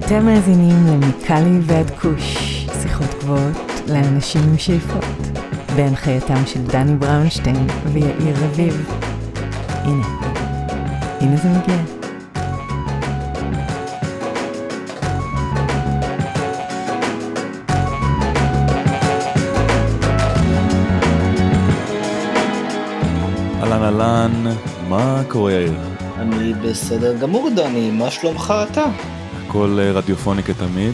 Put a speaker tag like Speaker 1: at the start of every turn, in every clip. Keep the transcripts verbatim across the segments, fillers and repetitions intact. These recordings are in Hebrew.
Speaker 1: אתם מאזינים למיקלי ועד כוש, שיחות גבוהות לאנשים עם שאיפות, בהנחייתם של דני בראונשטיין ויאיר רביב. הנה, הנה זה מגיע.
Speaker 2: אהלן אהלן, מה קורה יאיר?
Speaker 3: אני בסדר גמור דני, מה שלומך אתה?
Speaker 2: הכל רדיופוני כתמיד.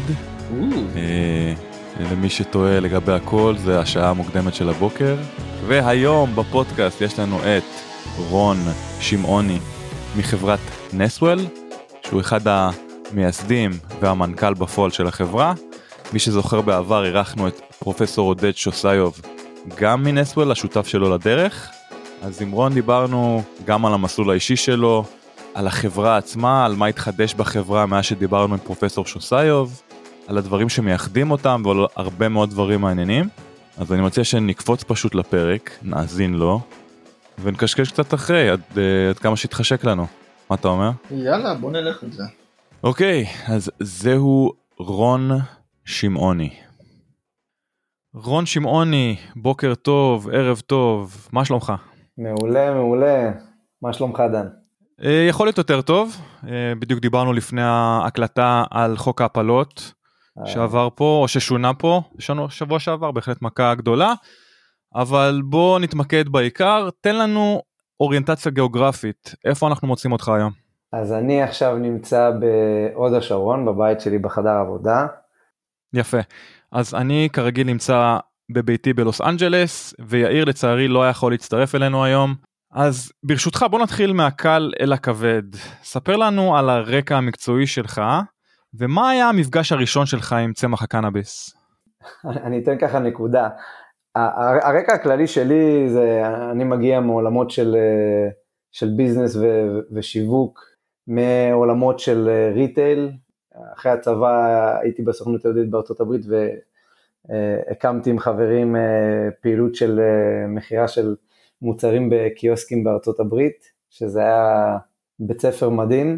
Speaker 2: אה, למי שטועה לגבי הכל, זה השעה המוקדמת של הבוקר. והיום בפודקאסט יש לנו את רון שמעוני מחברת נסוול, שהוא אחד המייסדים והמנכ"ל בפועל של החברה. מי שזוכר בעבר, אירחנו את פרופסור עודד שוסיוב, גם מנסוול, השותף שלו לדרך. אז עם רון דיברנו גם על המסלול האישי שלו, על החברה עצמה, על מה התחדש בחברה מאז שדיברנו עם פרופסור שוסיוב, על הדברים שמייחדים אותם ועל הרבה מאוד דברים מעניינים. אז אני מציע שנקפוץ פשוט לפרק, נאזין לו, ונקשקש קצת אחרי, עד, עד כמה שהתחשק לנו. מה אתה אומר?
Speaker 3: יאללה, בוא נלך את זה.
Speaker 2: אוקיי, אז זהו רון שמעוני. רון שמעוני, בוקר טוב, ערב טוב, מה שלומך?
Speaker 4: מעולה, מעולה. מה שלומך דן?
Speaker 2: יכול להיות יותר טוב, בדיוק דיברנו לפני ההקלטה על חוק ההפלות שעבר פה או ששונה פה שבוע שעבר, בהחלט מכה גדולה, אבל בוא נתמקד בעיקר. תן לנו אוריינטציה גיאוגרפית, איפה אנחנו מוצאים אותך היום?
Speaker 4: אז אני עכשיו נמצא בהוד השרון, בבית שלי בחדר עבודה.
Speaker 2: יפה, אז אני כרגיל נמצא בביתי בלוס אנג'לס, ויאיר לצערי לא יכול להצטרף אלינו היום. אז ברשותך בוא נתחיל מהקל אל הכבד. ספר לנו על הרקע המקצועי שלך, ומה היה המפגש הראשון שלך עם צמח הקנאביס?
Speaker 4: אני אתן ככה נקודה. הרקע הכללי שלי זה, אני מגיע מעולמות של, של ביזנס ו, ושיווק, מעולמות של ריטייל. אחרי הצבא הייתי בסוכנות היהודית בארצות הברית, והקמתי עם חברים פעילות של מחירה של מוצרים בקיוסקים בארצות הברית, שזה היה בית ספר מדהים,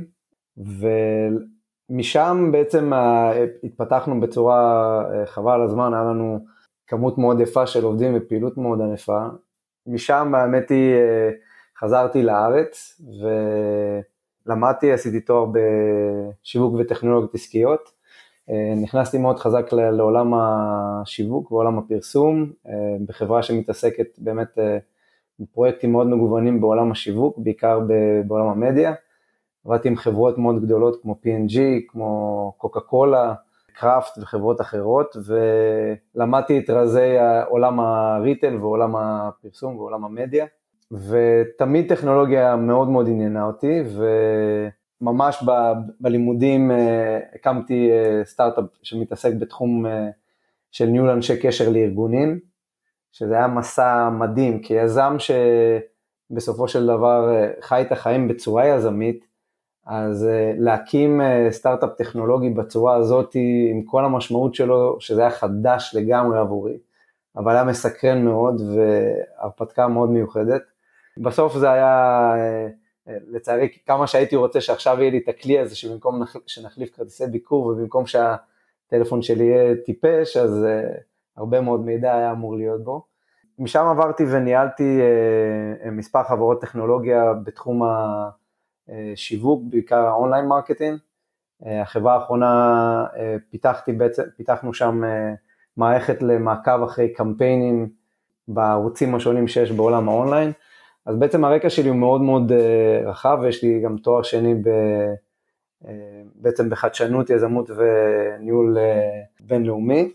Speaker 4: ומשם בעצם התפתחנו בצורה חבל הזמן, היה לנו כמות מאוד יפה של עובדים ופעילות מאוד ענפה. משם האמת היא חזרתי לארץ ולמדתי, עשיתי תואר בשיווק וטכנולוגיות עסקיות, נכנסתי מאוד חזק לעולם השיווק ועולם הפרסום, בחברה שמתעסקת באמת פרויקטים מאוד מגוונים בעולם השיווק, בעיקר בעולם המדיה. עבדתי עם חברות מאוד גדולות כמו פי אנד ג'י, כמו קוקה קולה, קראפט וחברות אחרות, ולמדתי את רזי עולם הריטל ועולם הפרסום ועולם המדיה, ותמיד טכנולוגיה מאוד מאוד עניינה אותי, וממש ב- בלימודים הקמתי סטארט-אפ שמתעסק בתחום של ניהול אנשי קשר לארגונים, שזה היה מסע מדהים, כי יזם שבסופו של דבר חי את החיים בצורה יזמית, אז להקים סטארט-אפ טכנולוגי בצורה הזאת, עם כל המשמעות שלו, שזה היה חדש לגמרי עבורי, אבל היה מסקרן מאוד, והרפתקה מאוד מיוחדת. בסוף זה היה, לצערי, כמה שהייתי רוצה שעכשיו יהיה לי את הכלי הזה, שבמקום שנחליף כרטיסי ביקור, ובמקום שהטלפון שלי יהיה טיפש, אז הרבה מאוד מידע היה אמור להיות בו. משם עברתי וניהלתי אה, מספר חברות טכנולוגיה בתחום השיווק, בעיקר האונליין מרקטינג. אה, החברה האחרונה אה, פיתחתי בעצם, פיתחנו שם אה, מערכת למעקב אחרי קמפיינים בערוצים השונים שיש בעולם האונליין. אז בעצם הרקע שלי הוא מאוד מאוד אה, רחב, ויש לי גם תואר שני ב, אה, בעצם בחדשנות, יזמות וניהול אה, בינלאומי.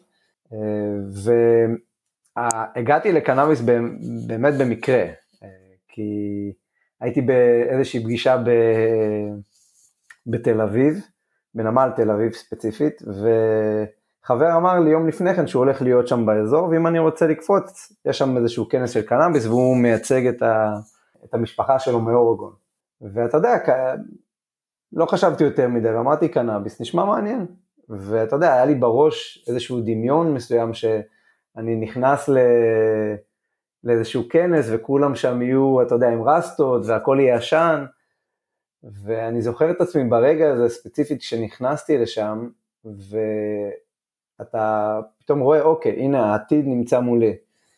Speaker 4: והגעתי לקנאביס באמת במקרה, כי הייתי באיזושהי פגישה בתל אביב, בנמל תל אביב ספציפית, וחבר אמר לי יום לפני כן שהוא הולך להיות שם באזור, ואם אני רוצה לקפוץ, יש שם איזשהו כנס של קנאביס, והוא מייצג את, ה, את המשפחה שלו מאורגון. ואתה יודע, לא חשבתי יותר מדי, ואמרתי קנאביס, נשמע מעניין. ואתה יודע, היה לי בראש איזשהו דמיון מסוים שאני נכנס ל... לאיזשהו כנס וכולם שם יהיו, אתה יודע, עם רסטות והכל יהיה ישן, ואני זוכר את עצמי ברגע הזה ספציפית כשנכנסתי לשם, ואתה פתאום רואה, אוקיי, הנה העתיד נמצא מולי,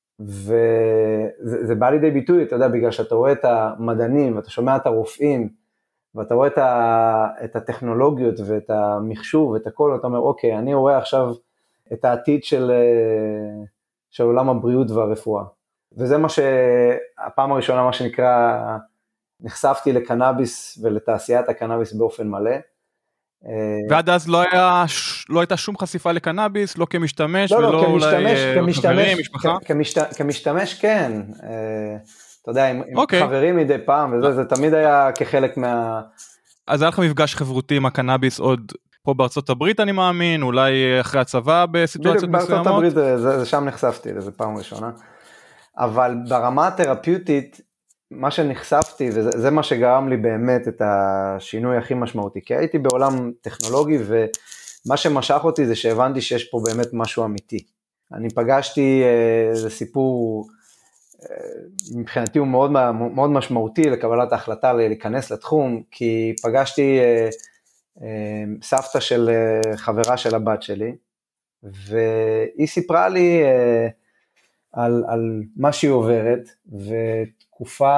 Speaker 4: וזה בא לידי ביטוי, אתה יודע, בגלל שאתה רואה את המדענים, ואתה שומע את הרופאים, ואתה רואה את, ה, את הטכנולוגיות, ואת המחשוב, ואת הכל, ואתה אומר, אוקיי, אני רואה עכשיו את העתיד של, של עולם הבריאות והרפואה. וזה מה שהפעם הראשונה, מה שנקרא, נחשפתי לקנאביס ולתעשיית הקנאביס באופן מלא.
Speaker 2: ועד אז לא, היה, לא הייתה שום חשיפה לקנאביס, לא כמשתמש, לא, ולא
Speaker 4: לא, כמשתמש,
Speaker 2: אולי
Speaker 4: כמשתמש,
Speaker 2: חברים, משפחה?
Speaker 4: כמשת, כמשתמש כן, אתה יודע, עם, עם
Speaker 2: okay.
Speaker 4: חברים מדי פעם, וזה זה תמיד היה כחלק מה...
Speaker 2: אז היה לך מפגש חברותי עם הקנאביס עוד פה בארצות הברית, אני מאמין, אולי אחרי הצבא בסיטואציות מסוימות?
Speaker 4: בארצות הברית, זה, זה, שם נחשפתי, זה פעם ראשונה. אבל ברמה התרפיוטית, מה שנחשפתי, וזה מה שגרם לי באמת את השינוי הכי משמעותי, כי הייתי בעולם טכנולוגי, ומה שמשך אותי זה שהבנתי שיש פה באמת משהו אמיתי. אני פגשתי איזה סיפור, מבחינתי הוא מאוד, מאוד משמעותי לקבלת ההחלטה להיכנס לתחום, כי פגשתי סבתא של חברה של הבת שלי, והיא סיפרה לי על, על מה שהיא עוברת, ותקופה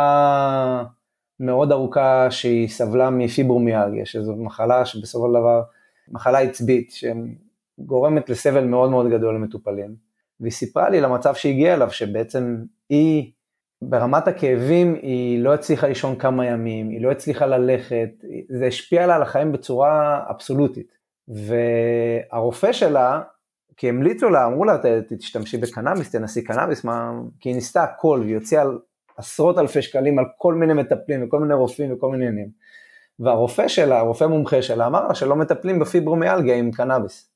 Speaker 4: מאוד ארוכה שהיא סבלה מפיברומיאלגיה, שזו מחלה שבסופו של דבר, מחלה עצבית, שגורמת לסבל מאוד מאוד גדול למטופלים, והיא סיפרה לי למצב שהגיעה אליו, שבעצם היא, ברמת הכאבים, היא לא הצליחה לישון כמה ימים, היא לא הצליחה ללכת, זה השפיע לה על החיים בצורה אבסולוטית, והרופא שלה, כי המליצו לה, אמרו לה, תשתמשי בקנאביס, תנסי קנאביס, מה... כי היא ניסתה הכל, והיא הוציאה על עשרות אלפי שקלים, על כל מיני מטפלים, וכל מיני רופאים, וכל מיני עניינים. והרופא שלה, הרופא מומחה שלה, אמר לה, שלא מטפלים בפיברומיאלגיה עם קנאביס.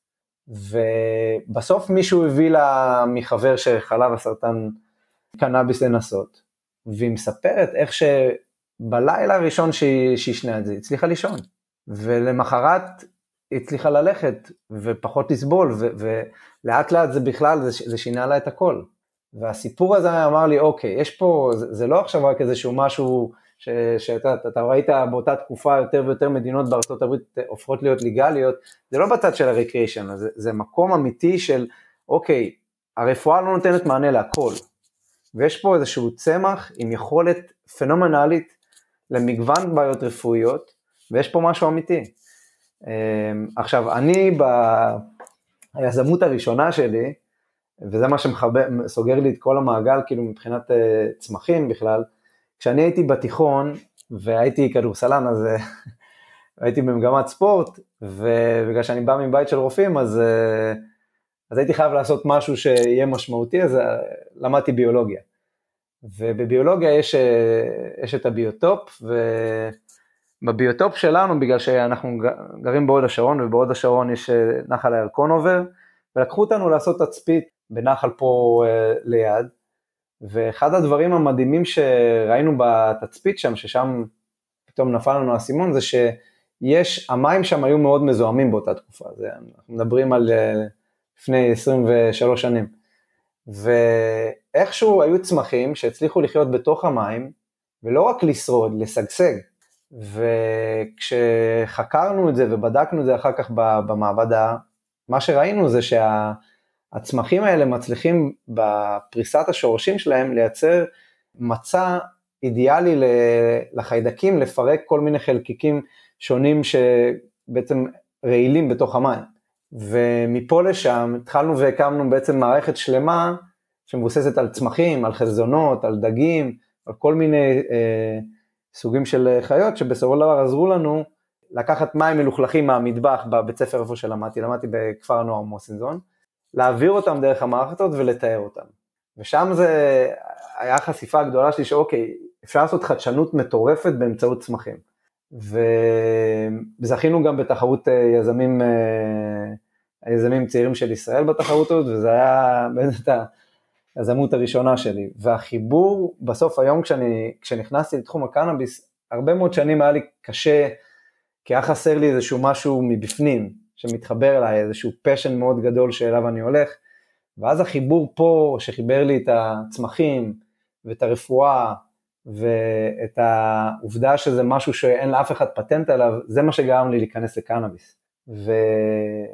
Speaker 4: ובסוף מישהו הביא לה, מחבר שחלה בסרטן קנאביס לנסות, והיא מספרת איך שבלילה הראשון שהיא שנה את זה, היא הצליחה לישון. ולמחרת, הצליחה ללכת ופחות לסבול, ולאט לאט זה בכלל, זה, זה שינה לה את הכל. והסיפור הזה אמר לי, אוקיי, יש פה, זה, זה לא עכשיו רק איזשהו משהו, ש, שאתה אתה ראית באותה תקופה יותר ויותר מדינות בארצות הברית הופכות להיות ליגליות, זה לא בצד של הריקריישן, זה, זה מקום אמיתי של, אוקיי, הרפואה לא נותנת מענה להכל, ויש פה איזשהו צמח עם יכולת פנומנלית למגוון בעיות רפואיות, ויש פה משהו אמיתי. עכשיו, אני ביזמות הראשונה שלי, וזה מה שסוגר לי את כל המעגל, כאילו מבחינת צמחים בכלל, כשאני הייתי בתיכון, והייתי כדורסלן, אז הייתי במגמת ספורט, ובגלל שאני בא מבית של רופאים, אז, אז הייתי חייב לעשות משהו שיהיה משמעותי, אז למדתי ביולוגיה. ובביולוגיה יש, יש את הביוטופ, ו... בביוטופ שלנו, בגלל שאנחנו גרים בהוד השרון, ובהוד השרון יש נחל הירקון עובר, ולקחו אותנו לעשות תצפית בנחל פה ליד, ואחד הדברים המדהימים שראינו בתצפית שם, ששם פתאום נפל לנו הסימון, זה שיש, המים שם היו מאוד מזוהמים באותה תקופה, זה, אנחנו מדברים על לפני עשרים ושלוש שנים, ואיכשהו היו צמחים שהצליחו לחיות בתוך המים, ולא רק לשרוד, לשגשג, וכשחקרנו את זה ובדקנו את זה אחר כך במעבדה, מה שראינו זה שהצמחים האלה מצליחים בפריסת השורשים שלהם לייצר מצע אידיאלי לחיידקים, לפרק כל מיני חלקיקים שונים שבעצם רעילים בתוך המים. ומפה לשם התחלנו והקמנו בעצם מערכת שלמה שמבוססת על צמחים, על חלזונות, על דגים, על כל מיני אה, סוגים של חיות, שבסופו של דבר עזרו לנו לקחת מים מלוכלכים מהמטבח בבית ספר איפה שלמדתי, למדתי בכפר הנוער מוסינזון, להעביר אותם דרך המערכתות ולתאר אותם. ושם זה היה חשיפה גדולה שלי שאוקיי, אפשר לעשות חדשנות מטורפת באמצעות צמחים. וזכינו גם בתחרות יזמים, היזמים צעירים של ישראל בתחרות הזאת, וזה היה באמת היזמות הראשונה שלי. והחיבור בסוף היום כשאני, כשנכנסתי לתחום הקנאביס, הרבה מאוד שנים היה לי קשה, כי היה חסר לי איזשהו משהו מבפנים, שמתחבר אליי, איזשהו פשן מאוד גדול שאליו אני הולך, ואז החיבור פה שחיבר לי את הצמחים ואת הרפואה, ואת העובדה שזה משהו שאין לאף אחד פטנט עליו, זה מה שגרם לי להיכנס לקנאביס.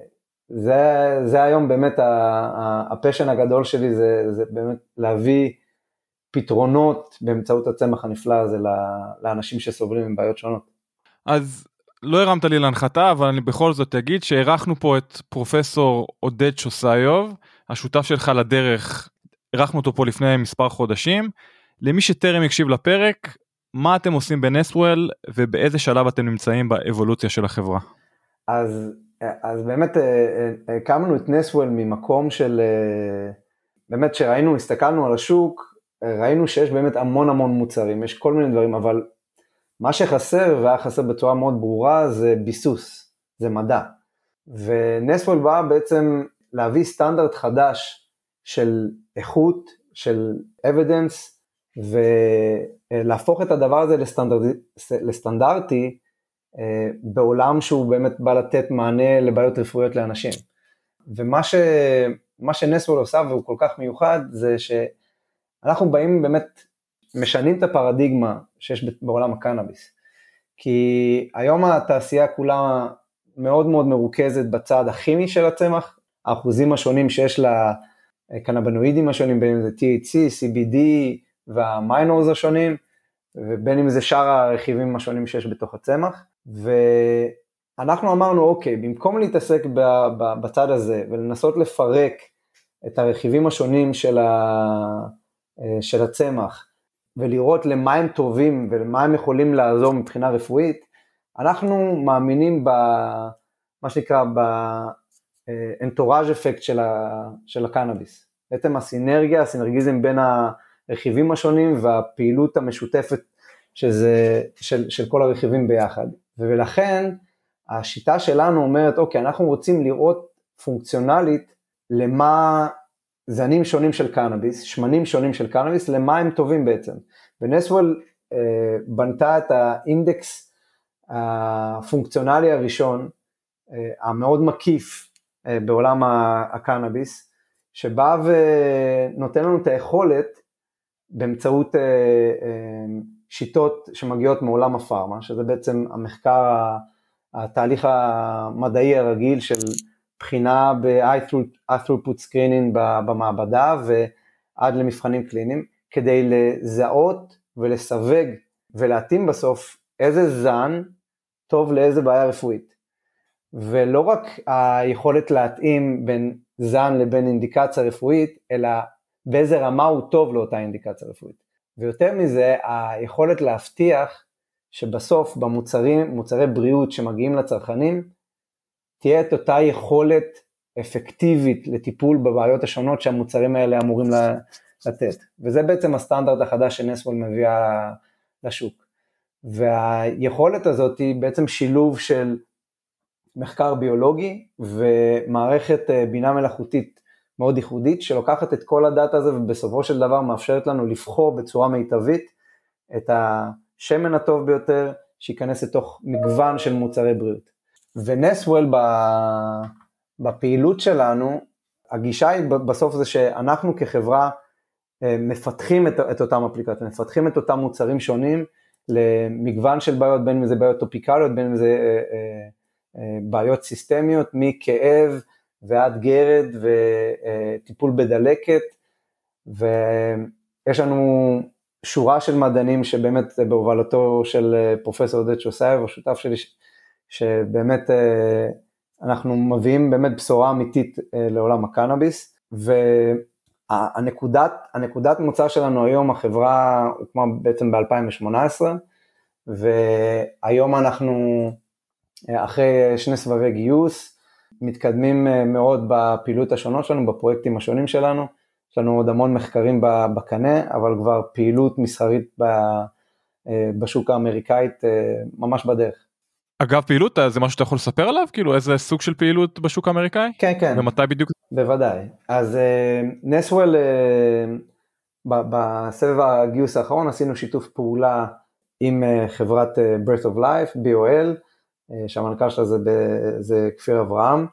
Speaker 4: זה, זה היום באמת הפשן הגדול שלי, זה, זה באמת להביא פתרונות באמצעות הצמח הנפלא הזה לאנשים שסובלים עם בעיות שונות.
Speaker 2: אז לא הרמת לי להנחתה, אבל אני בכל זאת אגיד שערכנו פה את פרופסור עודד שוסיוב, השותף שלך לדרך, ערכנו אותו פה לפני מספר חודשים. למי שטרם יקשיב לפרק, מה אתם עושים בנסוול ובאיזה שלב אתם נמצאים באבולוציה של החברה?
Speaker 4: אז, אז באמת הקמנו את נסוול ממקום של, באמת שראינו, הסתכלנו על השוק, ראינו שיש באמת המון המון מוצרים, יש כל מיני דברים, אבל מה שחסר, והיה חסר בצורה מאוד ברורה, זה ביסוס, זה מדע. ונסוול בא בעצם להביא סטנדרט חדש של איכות, של evidence, ולהפוך את הדבר הזה לסטנדרטי, לסטנדרטי בעולם שהוא באמת בא לתת מענה לבעיות רפואיות לאנשים. ומה ש, מה שנסוול עושה, והוא כל כך מיוחד, זה שאנחנו באים באמת, משנים את הפרדיגמה שיש בעולם הקנאביס. כי היום התעשייה כולה מאוד מאוד מרוכזת בצד הכימי של הצמח, האחוזים השונים שיש לקנבינואידים השונים, בין אם זה טי אייץ' סי, סי בי די והמיינורס השונים, ובין אם זה שאר הרכיבים השונים שיש בתוך הצמח, ואנחנו אמרנו אוקיי, במקום להתעסק בצד הזה, ולנסות לפרק את הרכיבים השונים של, ה, של הצמח, ולראות למה הם טובים, ולמה הם יכולים לעזור מבחינה רפואית, אנחנו מאמינים במה שנקרא, באנטוראז' אפקט של, של הקנאביס. בעצם הסינרגיה, הסינרגיזם בין הרכיבים השונים, והפעילות המשותפת שזה, של, של כל הרכיבים ביחד. ולכן, השיטה שלנו אומרת, אוקיי, אנחנו רוצים לראות פונקציונלית, למה זנים שונים של קנאביס, שמנים שונים של קנאביס, למה הם טובים בעצם. ונסוול אה, בנתה את האינדקס הפונקציונלי הראשון, אה, המאוד מקיף אה, בעולם הקנאביס, שבא ונותן לנו את היכולת, באמצעות אה, אה, שיטות שמגיעות מעולם הפארמה, שזה בעצם המחקר, התהליך המדעי הרגיל של בחינה ב-high throughput screening במעבדה ועד למבחנים קליניים, כדי לזהות ולסווג ולהתאים בסוף איזה זן טוב לאיזה בעיה רפואית. ולא רק היכולת להתאים בין זן לבין אינדיקציה רפואית, אלא באיזה רמה הוא טוב לאותה אינדיקציה רפואית. ויותר מזה, היכולת להבטיח שבסוף במוצרים, מוצרי בריאות שמגיעים לצרכנים, תהיה את אותה יכולת אפקטיבית לטיפול בבעיות השונות שהמוצרים האלה אמורים לתת. וזה בעצם הסטנדרט החדש שנסוול מביאה לשוק. והיכולת הזאת היא בעצם שילוב של מחקר ביולוגי ומערכת בינה מלאכותית מאוד ייחודית, שלוקחת את כל הדאטה הזה ובסופו של דבר מאפשרת לנו לבחור בצורה מיטבית את השמן הטוב ביותר שיכנס לתוך מגוון של מוצרי בריאות. ונסוול בפעילות שלנו, הגישה היא בסוף זה שאנחנו כחברה מפתחים את, את אותם אפליקציות, מפתחים את אותם מוצרים שונים למגוון של בעיות, בין אם זה בעיות טופיקליות, בין אם זה אה, אה, אה, בעיות סיסטמיות, מכאב ועד גרד וטיפול בדלקת, ויש לנו שורה של מדענים שבאמת בהובלתו של פרופסור עודד שוסיוב, השותף שלי, שבאמת אנחנו מביאים באמת בשורה אמיתית לעולם הקנאביס, והנקודת הנקודת מוצא שלנו היום, החברה הוקמה בעצם ב-אלפיים שמונה עשרה, והיום אנחנו אחרי שני סבבי גיוס, מתקדמים מאוד בפעילות השונות שלנו, בפרויקטים השונים שלנו, יש לנו עוד המון מחקרים בקנה, אבל כבר פעילות מסחרית בשוק האמריקאית ממש בדרך.
Speaker 2: אגב, פעילות, זה משהו שאתה יכול לספר עליו? כאילו, איזה סוג של פעילות בשוק האמריקאי?
Speaker 4: כן, כן.
Speaker 2: ומתי בדיוק?
Speaker 4: בוודאי. אז נסוול, בסבב הגיוס האחרון, עשינו שיתוף פעולה עם חברת Birth of Life, בי או אל, שהמנכ"ל שלה זה, זה כפיר אברהם,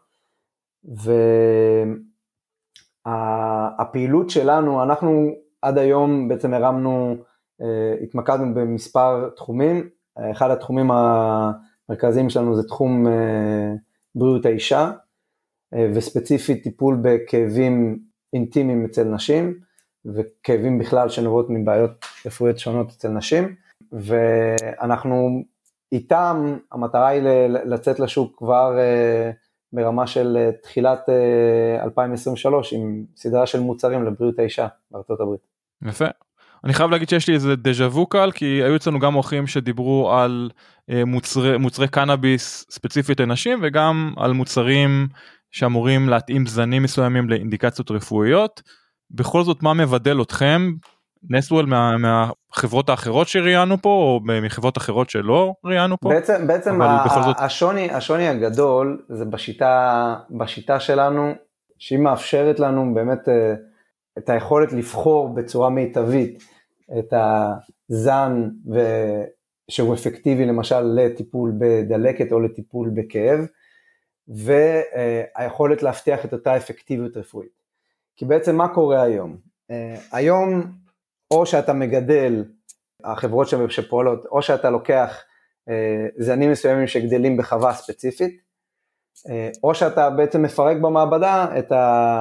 Speaker 4: והפעילות שלנו, אנחנו עד היום בעצם הרמנו, התמקדנו במספר תחומים, אחד התחומים המרכזיים שלנו זה תחום בריאות האישה, וספציפית טיפול בכאבים אינטימיים אצל נשים, וכאבים בכלל שנובעות מבעיות רפואיות שונות אצל נשים, ואנחנו איתם, המטרה היא לצאת לשוק כבר ברמה של תחילת אלפיים עשרים ושלוש, עם סדרה של מוצרים לבריאות האישה בארצות הברית.
Speaker 2: יפה. אני חייב להגיד שיש לי איזה דז'ה וו קל, כי היו אצלנו גם אורחים שדיברו על מוצרי, מוצרי קנאביס ספציפית לנשים, וגם על מוצרים שאמורים להתאים זנים מסוימים לאינדיקציות רפואיות. בכל זאת, מה מבדל אתכם, נסוול, מה, מהחברות האחרות שראיינו פה, או מחברות אחרות שלא ראיינו פה?
Speaker 4: בעצם, בעצם ה-
Speaker 2: זאת...
Speaker 4: השוני, השוני הגדול, זה בשיטה, בשיטה שלנו, שהיא מאפשרת לנו באמת את היכולת לבחור בצורה מיטבית, את הזן ו... שהוא אפקטיבי למשל לטיפול בדלקת או לטיפול בכאב, והיכולת להבטיח את אותה אפקטיביות רפואית. כי בעצם מה קורה היום? היום או שאתה מגדל, החברות שפועלות, או שאתה לוקח זנים מסוימים שגדלים בחווה ספציפית, או שאתה בעצם מפרק במעבדה את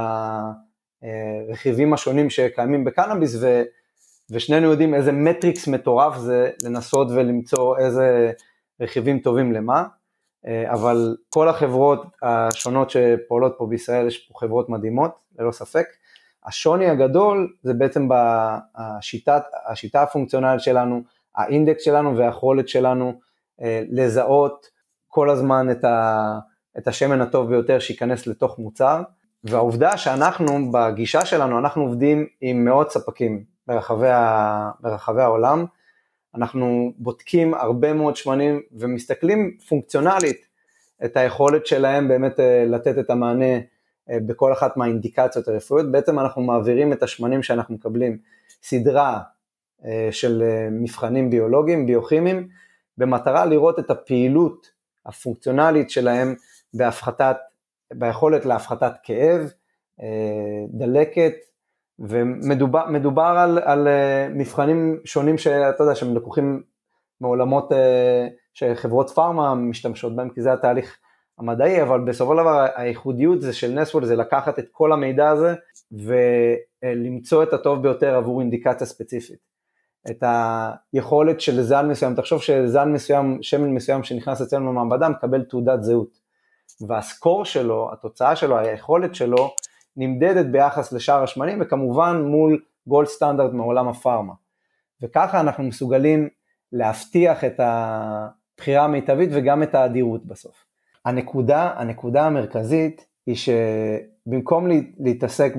Speaker 4: הרכיבים השונים שקיימים בקנאביס, ו... ושנינו יודעים איזה מטריקס מטורף זה לנסות ולמצוא איזה רכיבים טובים למה, אבל כל החברות השונות שפועלות פה בישראל, יש פה חברות מדהימות, ללא ספק. השוני הגדול זה בעצם בשיטה, השיטה הפונקציונלית שלנו, האינדקס שלנו והיכולת שלנו לזהות כל הזמן את, ה, את השמן הטוב ביותר שיכנס לתוך מוצר, והעובדה שאנחנו בגישה שלנו, אנחנו עובדים עם מאות ספקים ברחבי, ה, ברחבי העולם, אנחנו בודקים הרבה מאוד שמנים ומסתכלים פונקציונלית את היכולת שלהם באמת לתת את המענה בכל אחת מהאינדיקציות הרפואיות. בעצם אנחנו מעבירים את השמנים שאנחנו מקבלים סדרה של מבחנים ביולוגיים, ביוכימיים, במטרה לראות את הפעילות הפונקציונלית שלהם בהפחתת, ביכולת להפחתת כאב, דלקת, ומדובר מדובר על, על מבחנים שונים שאתה יודע, שהם לקוחים מעולמות שחברות פארמה משתמשות בהם, כי זה התהליך המדעי, אבל בסופו של דבר הייחודיות זה של נסוול, זה לקחת את כל המידע הזה, ולמצוא את הטוב ביותר עבור אינדיקציה ספציפית. את היכולת של זן מסוים, תחשוב שזן מסוים, שמן מסוים שנכנס אצלנו במעבדה, מקבל תעודת זהות, והסקור שלו, התוצאה שלו, היכולת שלו, נמדדת ביחס לשאר השמנים, וכמובן מול גולד סטנדרט מעולם הפארמה. וככה אנחנו מסוגלים להבטיח את הבחירה המיטבית, וגם את האדירות בסוף. הנקודה, הנקודה המרכזית, היא שבמקום להתעסק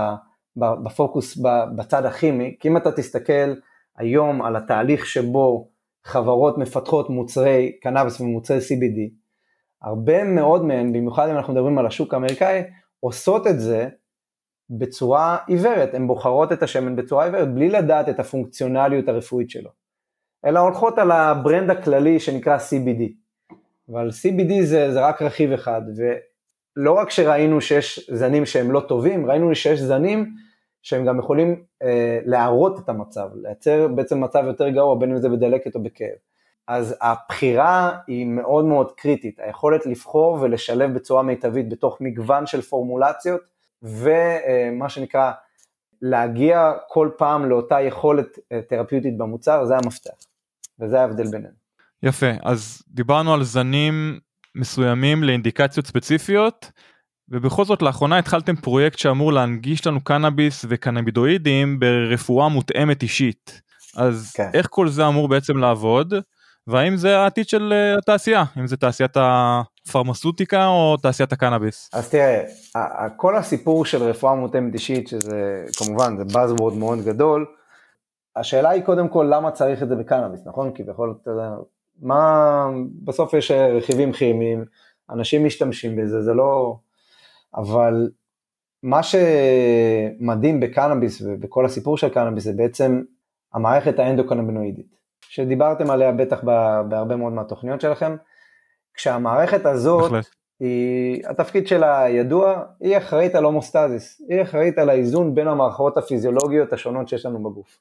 Speaker 4: בפוקוס בצד הכימי, כי אם אתה תסתכל היום על התהליך שבו חברות מפתחות מוצרי קנאביס ומוצרי סי בי די, הרבה מאוד מהן, במיוחד אם אנחנו מדברים על השוק האמריקאי, עושות את זה בצורה עיוורת, הן בוחרות את השמן בצורה עיוורת, בלי לדעת את הפונקציונליות הרפואית שלו, אלא הולכות על הברנד הכללי שנקרא סי בי די, אבל סי בי די זה, זה רק רכיב אחד, ולא רק שראינו שיש זנים שהם לא טובים, ראינו שיש זנים שהם גם יכולים אה, להראות את המצב, לייצר בעצם מצב יותר גרוע, בין אם זה בדלקת או בכאב. אז הבחירה היא מאוד מאוד קריטית, היכולת לבחור ולשלב בצורה מיטבית בתוך מגוון של פורמולציות, ומה שנקרא להגיע כל פעם לאותה יכולת תרפיוטית במוצר, זה המפתח, וזה ההבדל בינינו.
Speaker 2: יפה, אז דיברנו על זנים מסוימים לאינדיקציות ספציפיות, ובכל זאת לאחרונה התחלתם פרויקט שאמור להנגיש לנו קנאביס וקנאבידואידים ברפואה מותאמת אישית, אז כן. איך כל זה אמור בעצם לעבוד? והאם זה העתיד של התעשייה, אם זה תעשיית הפרמסוטיקה או תעשיית הקנאביס?
Speaker 4: אז תראה, כל הסיפור של רפואה מותאמת אישית, שזה כמובן, זה buzzword מאוד גדול, השאלה היא קודם כל, למה צריך את זה בקנאביס, נכון? כי בכל, אתה יודע, מה, בסוף יש רכיבים כימיים, אנשים משתמשים בזה, זה לא, אבל מה שמדהים בקנאביס, ובכל הסיפור של קנאביס, זה בעצם המערכת האנדוקנבינואידית. שדיברתם עליה בטח בהרבה מאוד מהתוכניות שלכם, כשהמערכת הזאת, היא, התפקיד שלה ידוע, היא אחראית על הומוסטזיס, היא אחראית על האיזון בין המערכות הפיזיולוגיות השונות שיש לנו בגוף.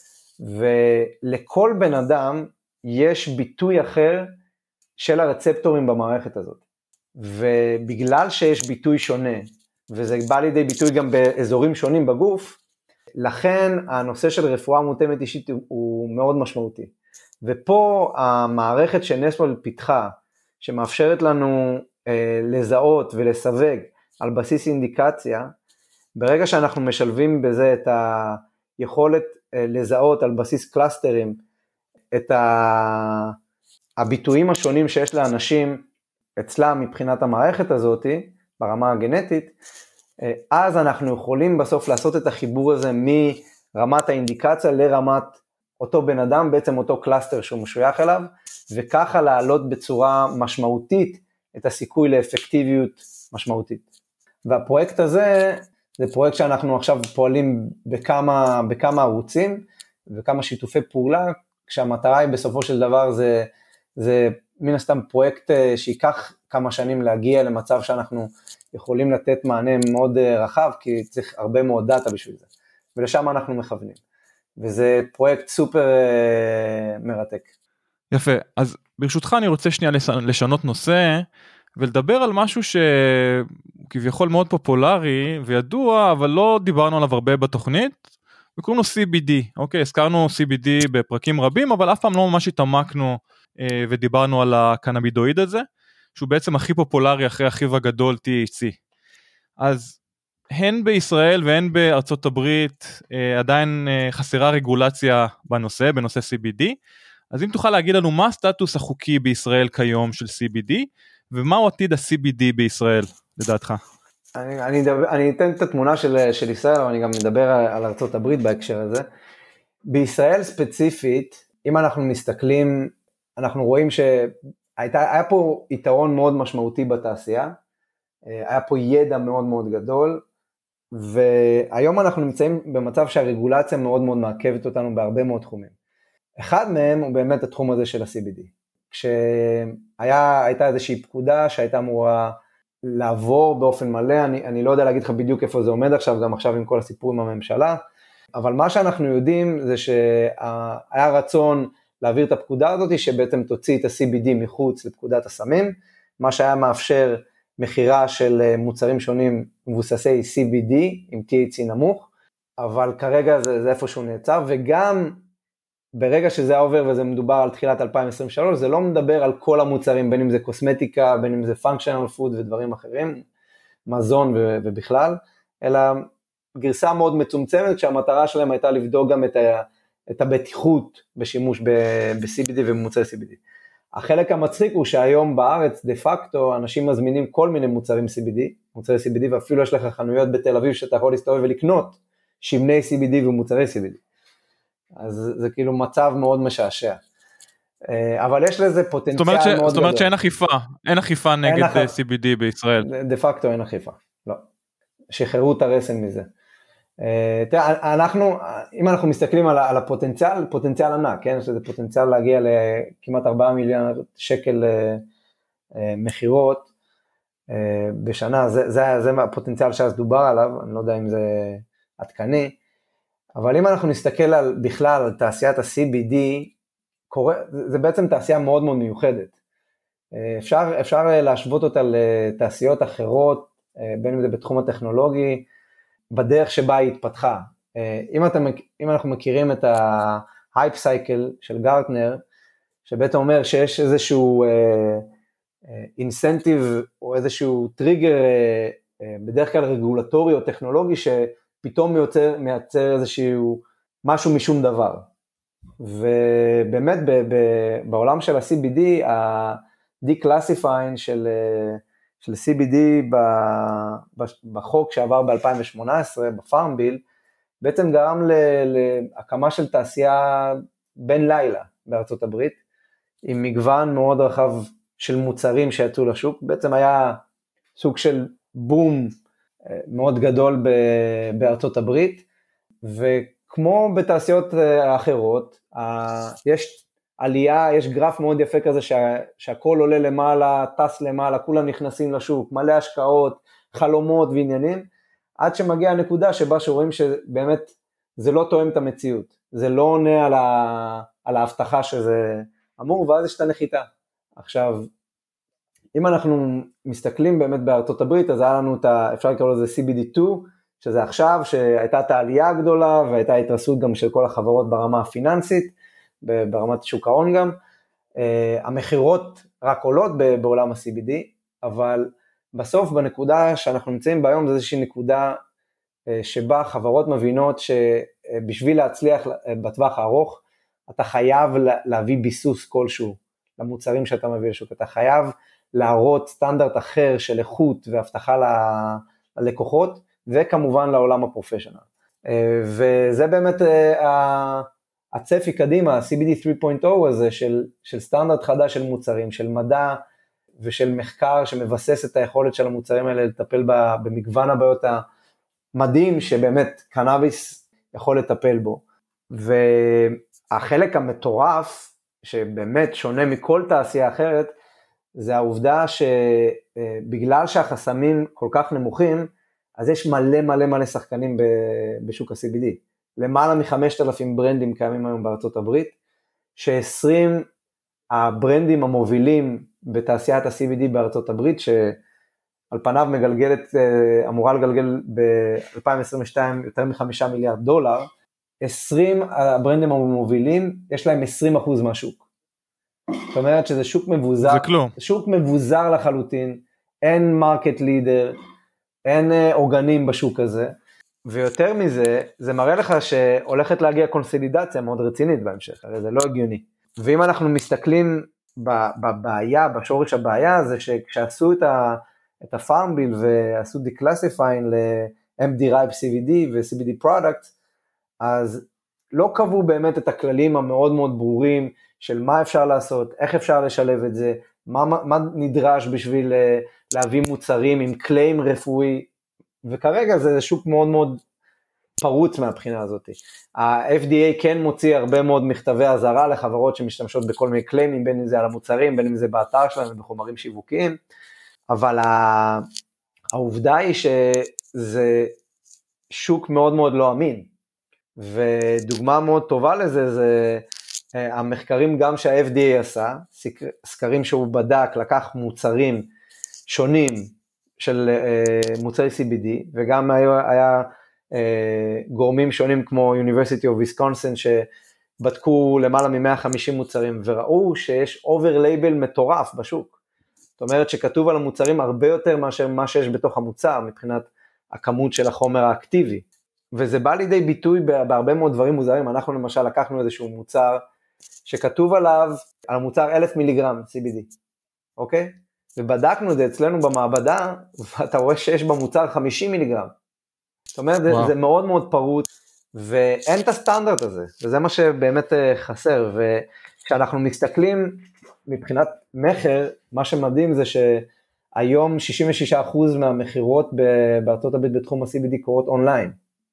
Speaker 4: ולכל בן אדם יש ביטוי אחר של הרצפטורים במערכת הזאת. ובגלל שיש ביטוי שונה, וזה בא לידי ביטוי גם באזורים שונים בגוף, לכן הנושא של רפואה מותאמת אישית הוא מאוד משמעותי. ופה המערכת שנסוול פיתחה, שמאפשרת לנו אה, לזהות ולסווג על בסיס אינדיקציה, ברגע שאנחנו משלבים בזה את היכולת אה, לזהות על בסיס קלאסטרים, את ה... הביטויים השונים שיש לאנשים אצלם מבחינת המערכת הזאת, ברמה הגנטית, אז אנחנו יכולים בסוף לעשות את החיבור הזה מרמת האינדיקציה לרמת אותו בן אדם, בעצם אותו קלאסטר שהוא משוייך אליו, וככה לעלות בצורה משמעותית את הסיכוי לאפקטיביות משמעותית. והפרויקט הזה, זה פרויקט שאנחנו עכשיו פועלים בכמה, בכמה ערוצים, וכמה שיתופי פעולה, כשהמטרה היא בסופו של דבר זה, זה מן הסתם פרויקט שיקח כמה שנים להגיע למצב שאנחנו יכולים לתת מענה מאוד רחב, כי צריך הרבה מאוד דאטה בשביל זה, ולשם אנחנו מכוונים, וזה פרויקט סופר מרתק.
Speaker 2: יפה, אז ברשותך אני רוצה שנייה לשנות נושא, ולדבר על משהו שכביכול מאוד פופולרי וידוע, אבל לא דיברנו עליו הרבה בתוכנית, וקוראים לו סי בי די, אוקיי, הזכרנו סי בי די בפרקים רבים, אבל אף פעם לא ממש התעמקנו אה, ודיברנו על הקנאבידואיד הזה, שהוא בעצם הכי פופולרי אחרי אחיו הגדול טי אייץ' סי. אז הן בישראל והן בארצות הברית אה, עדיין אה, חסרה רגולציה בנושא, בנושא סי בי די, אז אם תוכל להגיד לנו מה הסטטוס החוקי בישראל כיום של סי בי די, ומהו עתיד ה-סי בי די בישראל, לדעתך?
Speaker 4: אני, אני, דבר, אני אתן את התמונה של, של ישראל, אבל אני גם מדבר על, על ארצות הברית בהקשר הזה. בישראל ספציפית, אם אנחנו מסתכלים, אנחנו רואים שהיה פה יתרון מאוד משמעותי בתעשייה, היה פה ידע מאוד מאוד גדול, והיום אנחנו נמצאים במצב שהרגולציה מאוד מאוד מעכבת אותנו בהרבה מאוד תחומים. אחד מהם הוא באמת התחום הזה של ה-סי בי די. כשהייתה איזושהי פקודה שהייתה אמורה לעבור באופן מלא, אני, אני לא יודע להגיד לך בדיוק איפה זה עומד עכשיו, גם עכשיו עם כל הסיפור עם הממשלה, אבל מה שאנחנו יודעים זה שהיה רצון להעביר את הפקודה הזאת, שבעצם תוציא את ה-סי בי די מחוץ לפקודת הסמים, מה שהיה מאפשר מחירה של מוצרים שונים מבוססי סי בי די עם טי אייץ' סי נמוך, אבל כרגע זה, זה איפשהו נעצר, וגם ברגע שזה עובר וזה מדובר על תחילת אלפיים עשרים ושלוש, זה לא מדבר על כל המוצרים, בין אם זה קוסמטיקה, בין אם זה functional food ודברים אחרים, מזון ו- ובכלל, אלא גרסה מאוד מצומצמת, כשהמטרה שלהם הייתה לבדוק גם את, ה- את הבטיחות בשימוש ב-סי בי די ובמוצרי סי בי די. החלק המצחיק הוא שהיום בארץ, דה פקטו, אנשים מזמינים כל מיני מוצרים סי בי די, מוצרי סי בי די, ואפילו יש לך חנויות בתל אביב שאתה יכול להסתובב ולקנות שמני סי בי די ומוצרי סי בי די. אז זה כאילו מצב מאוד משעשע. אבל יש לזה פוטנציאל מאוד גדול.
Speaker 2: זאת אומרת שאין אכיפה, אין אכיפה נגד סי בי די בישראל.
Speaker 4: דה פקטו אין אכיפה, לא. שחררו את הרסן מזה. תראה, אנחנו, אם אנחנו מסתכלים על הפוטנציאל, פוטנציאל ענק, כן? שזה פוטנציאל להגיע לכמעט ארבעה מיליון שקל מחירות בשנה, זה, זה, זה הפוטנציאל שאז דובר עליו, אני לא יודע אם זה עדכני, אבל אם אנחנו נסתכל על, בכלל על תעשיית ה-סי בי די, קורה, זה בעצם תעשייה מאוד מאוד מיוחדת. אפשר, אפשר להשוות אותה לתעשיות אחרות, בין אם זה בתחום הטכנולוגי, בדרך שבה היא התפתחה. אם, אתם, אם אנחנו מכירים את ה-Hype Cycle של גרטנר, שבעצם אומר שיש איזשהו אינסנטיב או איזשהו טריגר, בדרך כלל רגולטורי או טכנולוגי, שפתאום מייצר, מייצר איזשהו משהו משום דבר. ובאמת ב, ב, בעולם של ה-סי בי די, ה-declassifying של, של סי בי די בחוק שעבר ב-אלפיים שמונה עשרה, בפארם ביל, בעצם גרם להקמה של תעשייה בין לילה בארצות הברית, עם מגוון מאוד רחב של מוצרים שיצאו לשוק, בעצם היה סוג של בום מאוד גדול בארצות הברית, וכמו בתעשיות אחרות, יש עלייה, יש גרף מאוד יפה כזה שה, שהכל עולה למעלה, טס למעלה, כולם נכנסים לשוק, מלא השקעות, חלומות ועניינים, עד שמגיע הנקודה שבה שרואים שבאמת זה לא תואם את המציאות, זה לא עונה על, ה, על ההבטחה שזה אמור, ואז יש את הנחיתה. עכשיו, אם אנחנו מסתכלים באמת בארצות הברית, אז היה לנו את ה, אפשר לקרוא לזה סי בי די שתיים, שזה עכשיו, שהייתה את העלייה הגדולה, והייתה התרסות גם של כל החברות ברמה הפיננסית, ברמת שוק ההון גם, המחירות רק עולות בעולם ה-סי בי די, אבל בסוף בנקודה שאנחנו נמצאים ביום, זה איזושהי נקודה שבה חברות מבינות שבשביל להצליח בטווח הארוך, אתה חייב להביא ביסוס כלשהו למוצרים שאתה מביא לשוק, אתה חייב להראות סטנדרט אחר של איכות והבטחה ללקוחות, וכמובן לעולם הפרופשיונל. וזה באמת הצפי קדימה, ה-סי בי די שלוש נקודה אפס הזה של, של סטנדרט חדש של מוצרים, של מדע ושל מחקר שמבסס את היכולת של המוצרים האלה לטפל במגוון הבעיות המדהים שבאמת קנאביס יכול לטפל בו. והחלק המטורף שבאמת שונה מכל תעשייה אחרת, זה העובדה שבגלל שהחסמים כל כך נמוכים, אז יש מלא מלא מלא שחקנים בשוק ה-סי בי די. למעלה מ-חמשת אלפים ברנדים קיימים היום בארצות הברית, ש-עשרים הברנדים המובילים בתעשיית ה-סי בי די בארצות הברית, שעל פניו מגלגלת, אמורה לגלגל ב-אלפיים עשרים ושתיים יותר מחמישה מיליארד דולר, עשרים הברנדים המובילים, יש להם עשרים אחוז מהשוק. זאת אומרת שזה שוק מבוזר,
Speaker 2: זה כלום.
Speaker 4: שוק מבוזר לחלוטין, אין מרקט לידר, אין אורגנים בשוק הזה, ויותר מזה, זה מראה לך שהולכת להגיע קונסולידציה מאוד רצינית בהמשך, הרי זה לא הגיוני. ואם אנחנו מסתכלים בבעיה, בשורש הבעיה, זה שכשעשו את ה- את הפארם ביל ועשו דיקלאסיפיין ל-אם די-Ripe סי בי די ו-סי בי די Product, אז לא קבעו באמת את הכללים המאוד מאוד ברורים של מה אפשר לעשות, איך אפשר לשלב את זה, מה, מה נדרש בשביל להביא מוצרים עם קליים רפואי, וכרגע זה שוק מאוד מאוד פרוץ מהבחינה הזאת. ה-אף די איי כן מוציא הרבה מאוד מכתבי הזרה לחברות שמשתמשות בכל מיני קליימים, בין אם זה על המוצרים, בין אם זה באתר שלהם ובחומרים שיווקיים, אבל העובדה היא שזה שוק מאוד מאוד לא אמין, ודוגמה מאוד טובה לזה זה המחקרים גם שה-אף די איי עשה, סקרים שהוא בדק, לקח מוצרים שונים של מוצרי סי בי די, וגם היה, היה גורמים שונים כמו University of Wisconsin שבדקו למעלה מ-מאה וחמישים מוצרים, וראו שיש over-label מטורף בשוק. זאת אומרת שכתוב על המוצרים הרבה יותר מאשר מה שיש בתוך המוצר, מבחינת הכמות של החומר האקטיבי. וזה בא לידי ביטוי בהרבה מאוד דברים מוזרים. אנחנו למשל לקחנו איזשהו מוצר שכתוב עליו, על המוצר אלף מיליגרם סי בי די, אוקיי? ובדקנו את זה אצלנו במעבדה, ואתה רואה שיש במוצר חמישים מיליגרם. זאת אומרת, זה, זה מאוד מאוד פרוט, ואין את הסטנדרט הזה, וזה מה שבאמת חסר, וכשאנחנו מסתכלים מבחינת מחר, מה שמדהים זה שהיום שישים ושישה אחוז מהמחירות בארצות הברית בתחום ה-סי בי די קורות אונליין,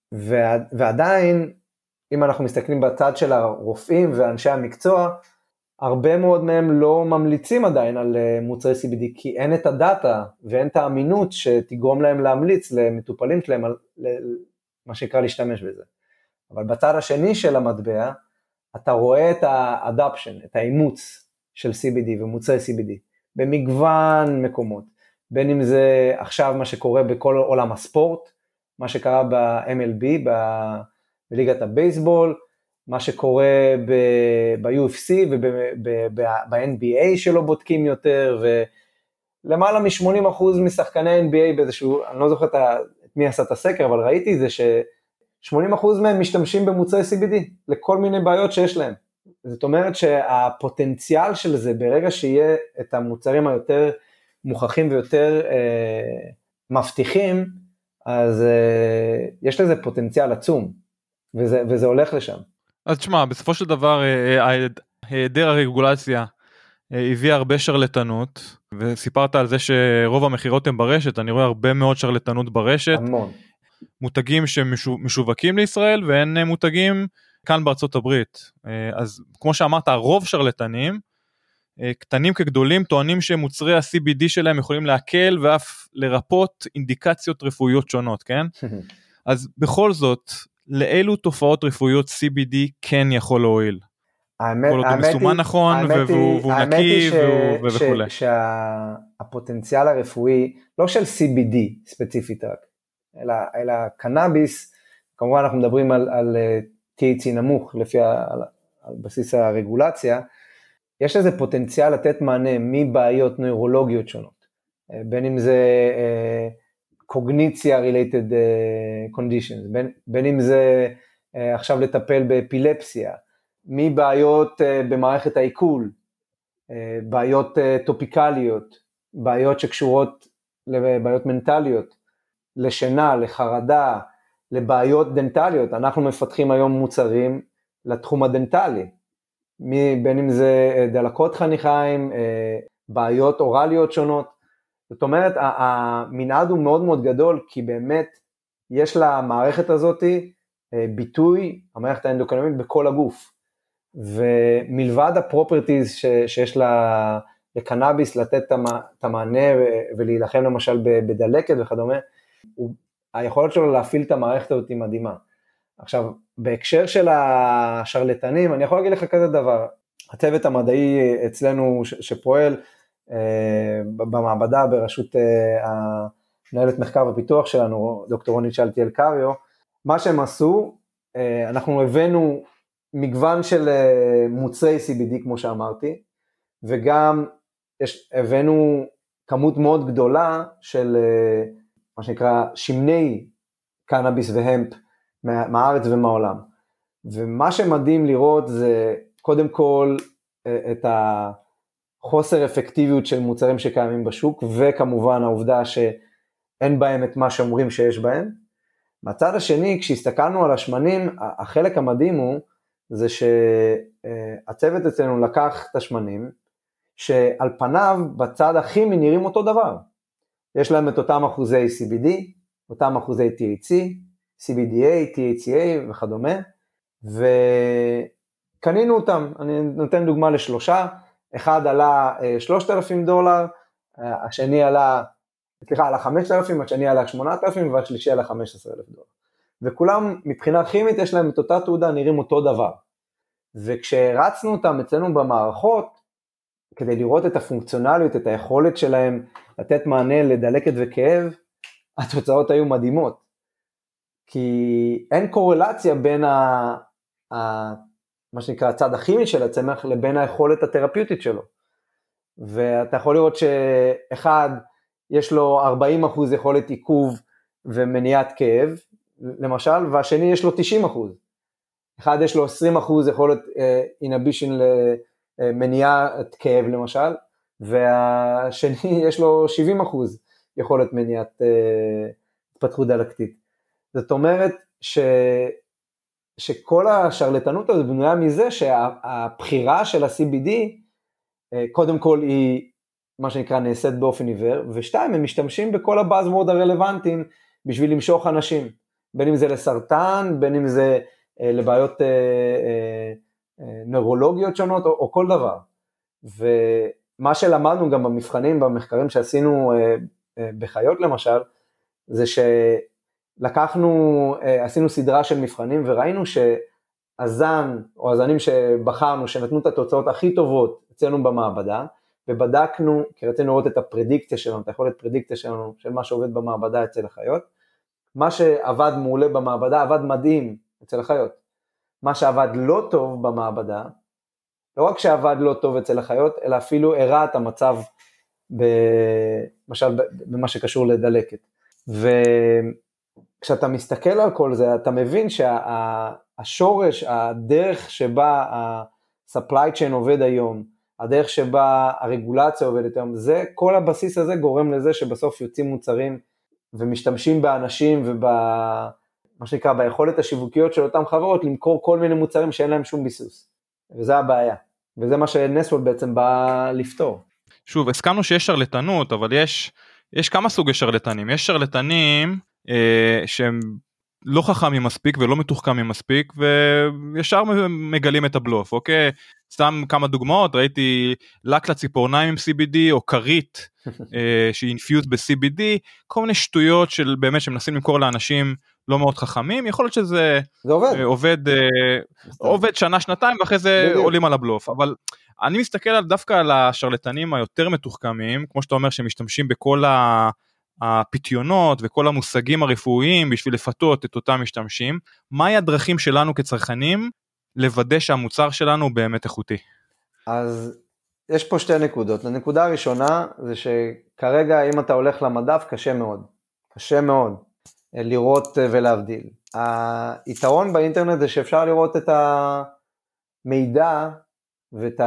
Speaker 4: ועדיין, אם אנחנו מסתכלים בצד של הרופאים ואנשי המקצוע, הרבה מאוד מהם לא ממליצים עדיין על מוצרי סי בי די, כי אין את הדאטה ואין את האמינות שתגרום להם להמליץ למטופלים שלהם על מה שנקרא להשתמש בזה. אבל בצד השני של המטבע, אתה רואה את האדאפשן, את האימוץ של סי בי די ומוצרי סי בי די, במגוון מקומות, בין אם זה עכשיו מה שקורה בכל עולם הספורט, מה שקרה ב-אם אל בי, בליגת הבייסבול, מה שקורה ב-יו אף סי וב-אן בי איי שלא בודקים יותר, ולמעלה מ-שמונים אחוז משחקני אן בי איי באיזשהו, אני לא זוכר את מי עשה את הסקר, אבל ראיתי זה ש-שמונים אחוז מהם משתמשים במוצרי סי בי די, לכל מיני בעיות שיש להם. זאת אומרת שהפוטנציאל של זה, ברגע שיהיה את המוצרים היותר מוכחים ויותר אה, מבטיחים, אז אה, יש לזה פוטנציאל עצום, וזה, וזה הולך לשם.
Speaker 2: אז תשמע, בסופו של דבר, היעדר הרגולציה הביא הרבה שרלטנות, וסיפרת על זה שרוב המחירות הן ברשת, אני רואה הרבה מאוד שרלטנות ברשת,
Speaker 4: המון.
Speaker 2: מותגים שמשווקים לישראל, ואין מותגים כאן בארצות הברית. אז כמו שאמרת, הרוב שרלטנים, קטנים כגדולים, טוענים שמוצרי ה-סי בי די שלהם יכולים להקל, ואף לרפות אינדיקציות רפואיות שונות, כן? אז בכל זאת, לאילו תופעות רפואיות סי בי די כן יכול להועיל?
Speaker 4: האמת,
Speaker 2: כל עוד הוא מסומן נכון, והוא נקי וכו'.
Speaker 4: שהפוטנציאל הרפואי, לא של סי בי די ספציפית רק, אלא, אלא קנאביס, כמובן אנחנו מדברים על, על טי אייץ' סי נמוך, לפי ה, על, על בסיס הרגולציה, יש לזה פוטנציאל לתת מענה מבעיות נוירולוגיות שונות, בין אם זה קוגניציה related conditions, בין, בין אם זה עכשיו לטפל באפילפסיה, מבעיות במערכת העיכול, בעיות טופיקליות, בעיות שקשורות לבעיות מנטליות, לשינה, לחרדה, לבעיות דנטליות. אנחנו מפתחים היום מוצרים לתחום הדנטלי, בין אם זה דלקות חניכיים, בעיות אורליות שונות. זאת אומרת, המנעד הוא מאוד מאוד גדול, כי באמת יש למערכת הזאת ביטוי, המערכת האנדוקרינית בכל הגוף. ומלבד הפרופרטיז שיש לה, לקנאביס לתת את המענה ולהילחם למשל בדלקת וכדומה, היכולת שלו להפעיל את המערכת הזאת היא מדהימה. עכשיו, בהקשר של השרלטנים, אני יכול להגיד לך כזה דבר, הצוות המדעי אצלנו שפועל במעבדה בראשות המנהלת מחקר ופיתוח שלנו, דוקטור רונית שלטיאל קריו, מה שהם עשו, אנחנו הבאנו מגוון של מוצרי סי בי די כמו שאמרתי, וגם יש, הבאנו כמות מאוד גדולה של מה שנקרא שמני קנאביס והמפ מהארץ ומהעולם. ומה שמדהים לראות זה קודם כל את החוסר אפקטיביות של מוצרים שקיימים בשוק, וכמובן העובדה שאין בהם את מה שאומרים שיש בהם. מהצד השני, כשהסתכלנו על השמנים, החלק המדהים הוא, זה שהצוות אצלנו לקח את השמנים, שעל פניו בצד הכימי נראים אותו דבר. יש להם את אותם אחוזי סי בי די, אותם אחוזי טי אייץ' סי, סי בי די איי, טי אייץ' סי איי וכדומה, וקנינו אותם. אני נותן דוגמה לשלושה, אחד עלה שלושת אלפים דולר, השני עלה, סליחה, עלה חמשת אלפים, השני עלה שמונת אלפים, והשלישי עלה חמישה עשר אלף דולר. וכולם מבחינה כימית יש להם את אותה תעודה, נראים אותו דבר. וכשרצנו אותם אצלנו במערכות, כדי לראות את הפונקציונליות, את היכולת שלהם לתת מענה לדלקת וכאב, התוצאות היו מדהימות. כי אין קורלציה בין ה, ה, מה שנקרא הצד הכימי של הצמח, לבין היכולת התרפיוטית שלו. ואתה יכול לראות שאחד, יש לו ארבעים אחוז יכולת עיכוב ומניעת כאב, למשל, והשני יש לו תשעים אחוז. אחד יש לו עשרים אחוז יכולת inhibition למניעת כאב, למשל, והשני יש לו שבעים אחוז יכולת מניעת התפתחות דלקתית. זאת אומרת ש, שכל השרלטנות הזאת בנויה מזה שהבחירה של ה-סי בי די, קודם כל היא מה שנקרא נעשית באופן עיוור, ושתיים, הם משתמשים בכל הבאזוורד הרלוונטיים בשביל למשוך אנשים, בין אם זה לסרטן, בין אם זה אה, לבעיות אה, אה, אה, נוירולוגיות שונות, או, או כל דבר. ומה שלמדנו גם במבחנים, במחקרים שעשינו אה, אה, בחיות למשל, זה שלקחנו, אה, עשינו סדרה של מבחנים, וראינו שהזן, או הזנים שבחרנו, שנתנו את התוצאות הכי טובות אצלנו במעבדה, ובדקנו, כי רצינו לראות את הפרדיקציה שלנו, את היכולת פרדיקציה שלנו, של מה שעובד במעבדה אצל החיות. מה שעבד מעולה במעבדה, עבד מדהים אצל החיות. מה שעבד לא טוב במעבדה, לא רק שעבד לא טוב אצל החיות, אלא אפילו הראה את המצב, למשל במה שקשור לדלקת. וכשאתה מסתכל על כל זה, אתה מבין שהשורש, הדרך שבה ה-supply chain עובד היום, הדרך שבה הרגולציה עובדת היום, זה, כל הבסיס הזה גורם לזה שבסוף יוצאים מוצרים ומשתמשים באנשים ובמה שנקרא ביכולת השיווקיות של אותם חברות למכור כל מיני מוצרים שאין להם שום ביסוס. וזה הבעיה. וזה מה שנסוול בעצם בא לפתור.
Speaker 2: שוב, הסכמנו שיש שרלטנות, אבל יש, יש כמה סוגי שרלטנים. יש שרלטנים אה, שהם לא חכמים מספיק ולא מתוחכמים מספיק, וישר מגלים את הבלוף, אוקיי? סתם כמה דוגמאות, ראיתי לק לציפורניים עם סי בי די, או קרית שהיא אינפיוז ב-סי בי די, כל מיני שטויות של באמת שמנסים למכור לאנשים לא מאוד חכמים, יכול להיות שזה
Speaker 4: עובד.
Speaker 2: עובד, עובד שנה, שנתיים, ואחרי זה עולים על הבלוף, אבל אני מסתכל על, דווקא על השרלטנים היותר מתוחכמים, כמו שאתה אומר שמשתמשים בכל הפיתיונות וכל המושגים הרפואיים בשביל לפתות את אותם משתמשים, מהי הדרכים שלנו כצרכנים לוודא שהמוצר שלנו באמת איכותי?
Speaker 4: אז יש פה שתי נקודות. הנקודה הראשונה זה שכרגע אם אתה הולך למדף קשה מאוד, קשה מאוד לראות ולהבדיל. היתרון באינטרנט זה שאפשר לראות את המידע ואת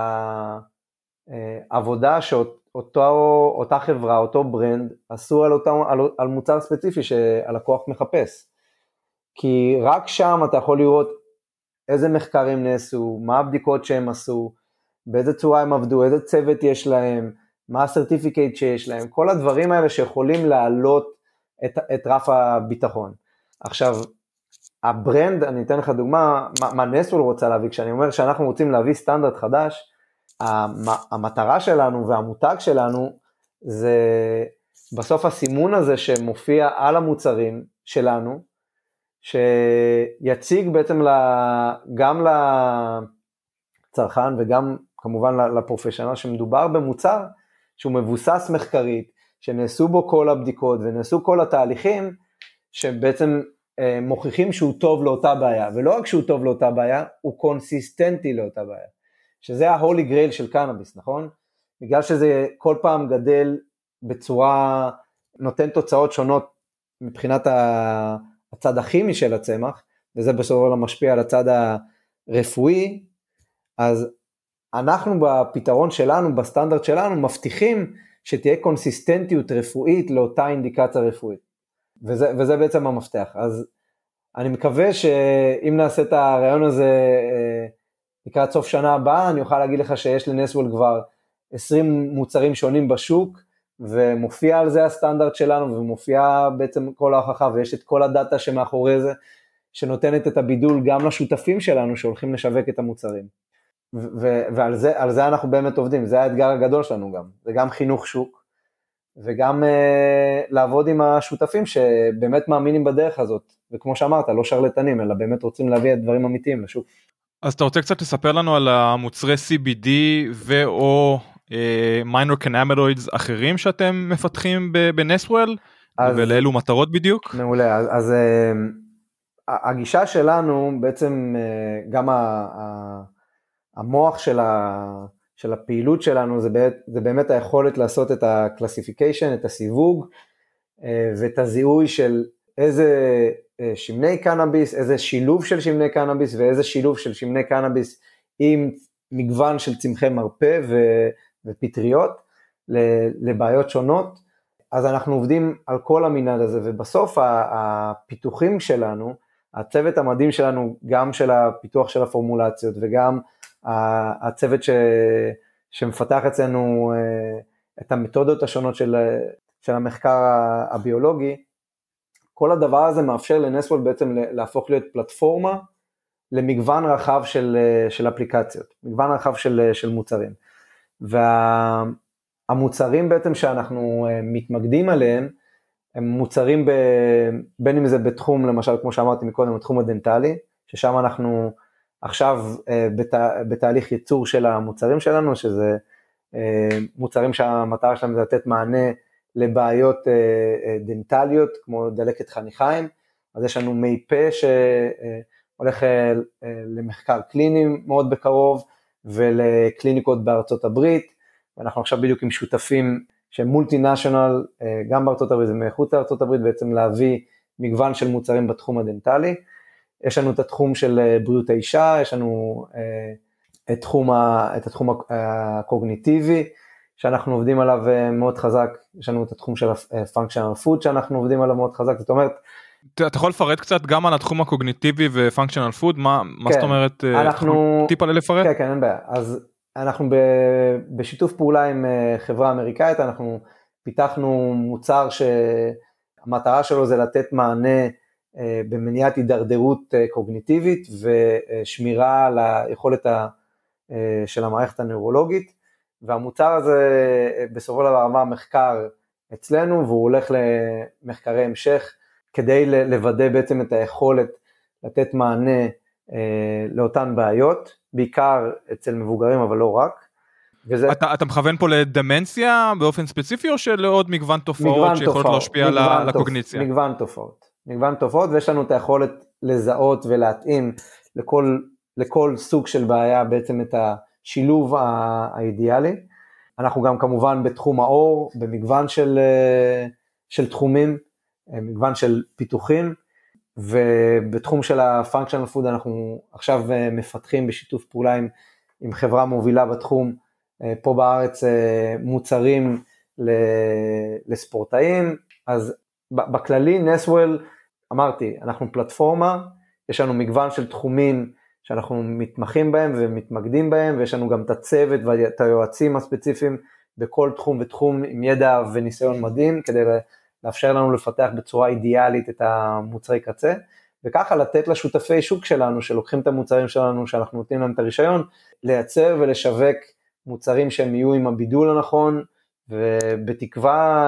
Speaker 4: העבודה שאותה חברה, אותו ברנד, עשו על, אותה, על, על מוצר ספציפי שהלקוח מחפש. כי רק שם אתה יכול לראות איזה מחקרים נעשו, מה הבדיקות שהם עשו, באיזה צורה הם עבדו, איזה צוות יש להם, מה הסרטיפיקט שיש להם, כל הדברים האלה שיכולים להעלות את, את רף הביטחון. עכשיו, הברנד, אני אתן לך דוגמה, מה, מה נסוול רוצה להביא, כשאני אומר שאנחנו רוצים להביא סטנדרט חדש, המטרה שלנו והמותג שלנו, זה בסוף הסימון הזה שמופיע על המוצרים שלנו, שיציג בעצם גם לצרכן וגם כמובן לפרופשיונל שמדובר במוצר שהוא מבוסס מחקרית, שנעשו בו כל הבדיקות ונעשו כל התהליכים שבעצם מוכיחים שהוא טוב לאותה בעיה, ולא רק שהוא טוב לאותה בעיה, הוא קונסיסטנטי לאותה בעיה, שזה ההולי גרייל של קנאביס, נכון? בגלל שזה כל פעם גדל בצורה, נותן תוצאות שונות מבחינת הצד הכימי של הצמח, וזה בסופו של דבר משפיע על הצד הרפואי, אז אנחנו בפתרון שלנו, בסטנדרט שלנו, מבטיחים שתהיה קונסיסטנטיות רפואית לאותה אינדיקציה רפואית. וזה, וזה בעצם המפתח. אז אני מקווה שאם נעשה את הרעיון הזה לקראת סוף שנה הבאה, אני אוכל להגיד לך שיש לנסוול כבר עשרים מוצרים שונים בשוק, ומופיע על זה הסטנדרט שלנו, ומופיע בעצם כל ההוכחה, ויש את כל הדאטה שמאחורי זה, שנותנת את הבידול גם לשותפים שלנו, שהולכים לשווק את המוצרים. ו- ועל זה, על זה אנחנו באמת עובדים, זה האתגר הגדול שלנו גם, זה גם חינוך שוק, וגם אה, לעבוד עם השותפים שבאמת מאמינים בדרך הזאת, וכמו שאמרת, לא שרלטנים, אלא באמת רוצים להביא את דברים אמיתיים לשוק.
Speaker 2: אז אתה רוצה קצת לספר לנו על המוצרי סי בי די ו/או מיינור קנאבידוידס אחרים שאתם מפתחים בנסוול, ולאלו מטרות בדיוק?
Speaker 4: מעולה, אז, אז הגישה שלנו בעצם גם ה, ה, המוח של, ה, של הפעילות שלנו זה, באמת, זה באמת היכולת לעשות את הקלסיפיקיישן, את הסיווג ואת הזיהוי של איזה שמני קנאביס, איזה שילוב של שמני קנאביס ואיזה שילוב של שמני קנאביס עם מגוון של צמחי מרפא ו, ופטריות לבעיות שונות. אז אנחנו עובדים על כל המנעד הזה, ובסוף הפיתוחים שלנו, הצוות המדהים שלנו, גם של הפיתוח של הפורמולציות, וגם הצוות ש, שמפתח אצלנו את המתודות השונות של, של המחקר הביולוגי, כל הדבר הזה מאפשר לנסוול בעצם להפוך להיות פלטפורמה, למגוון רחב של, של אפליקציות, מגוון רחב של, של מוצרים. והמוצרים בעצם שאנחנו מתמקדים עליהם, הם מוצרים ב, בין אם זה בתחום, למשל, כמו שאמרתי מקודם, בתחום הדנטלי, ששם אנחנו עכשיו בת, בתהליך ייצור של המוצרים שלנו, שזה מוצרים שהמטרה שלהם זה לתת מענה לבעיות דנטליות, כמו דלקת חניכיים. אז יש לנו מי פה שהולך למחקר קליני מאוד בקרוב, ולקליניקות בארצות הברית, ואנחנו עכשיו בדיוק עם שותפים שהם מולטי-נשיונל, גם בארצות הברית ומחוץ לארצות הברית, בעצם להביא מגוון של מוצרים בתחום הדנטלי. יש לנו את התחום של בריאות האישה, יש לנו את תחום, את התחום הקוגניטיבי, שאנחנו עובדים עליו מאוד חזק, יש לנו את התחום של functional food, שאנחנו עובדים עליו מאוד חזק, זאת אומרת,
Speaker 2: אתה יכול לפרט קצת גם על התחום הקוגניטיבי ו-functional food, מה, מה זאת אומרת, אנחנו, טיפה לפרט?
Speaker 4: כן, כן, אין בעיה. אז אנחנו בשיתוף פעולה עם חברה אמריקאית, אנחנו פיתחנו מוצר שהמטרה שלו זה לתת מענה במניעת הידרדרות קוגניטיבית, ושמירה על היכולת של המערכת הנוירולוגית, והמוצר הזה בסופו של דבר עבר מחקר אצלנו, והוא הולך למחקרי המשך, כדי לוודא בעצם את היכולת לתת מענה לאותן בעיות, בעיקר אצל מבוגרים, אבל לא רק. וזה...
Speaker 5: אתה, אתה מכוון פה לדמנציה באופן ספציפי, או שלעוד מגוון תופעות שיכולות להשפיע על הקוגניציה?
Speaker 4: מגוון תופעות. מגוון תופעות, ויש לנו את היכולת לזהות ולהתאים לכל, לכל סוג של בעיה, בעצם את השילוב האידיאלי. אנחנו גם כמובן בתחום האור, במגוון של, של תחומים, מגוון של פיתוחים, ובתחום של ה-functional food אנחנו עכשיו מפתחים בשיתוף פעולה עם, עם חברה מובילה בתחום, פה בארץ מוצרים לספורטאים. אז בכללי נסוול, אמרתי, אנחנו פלטפורמה, יש לנו מגוון של תחומים שאנחנו מתמחים בהם ומתמקדים בהם, ויש לנו גם את הצוות ואת היועצים הספציפיים בכל תחום ותחום עם ידע וניסיון מדהים, כדי לאפשר לנו לפתח בצורה אידיאלית את המוצרי קצה, וככה לתת לשותפי שוק שלנו, שלוקחים את המוצרים שלנו, שאנחנו נותנים להם את הרישיון, לייצר ולשווק מוצרים שהם יהיו עם הבידול הנכון, ובתקווה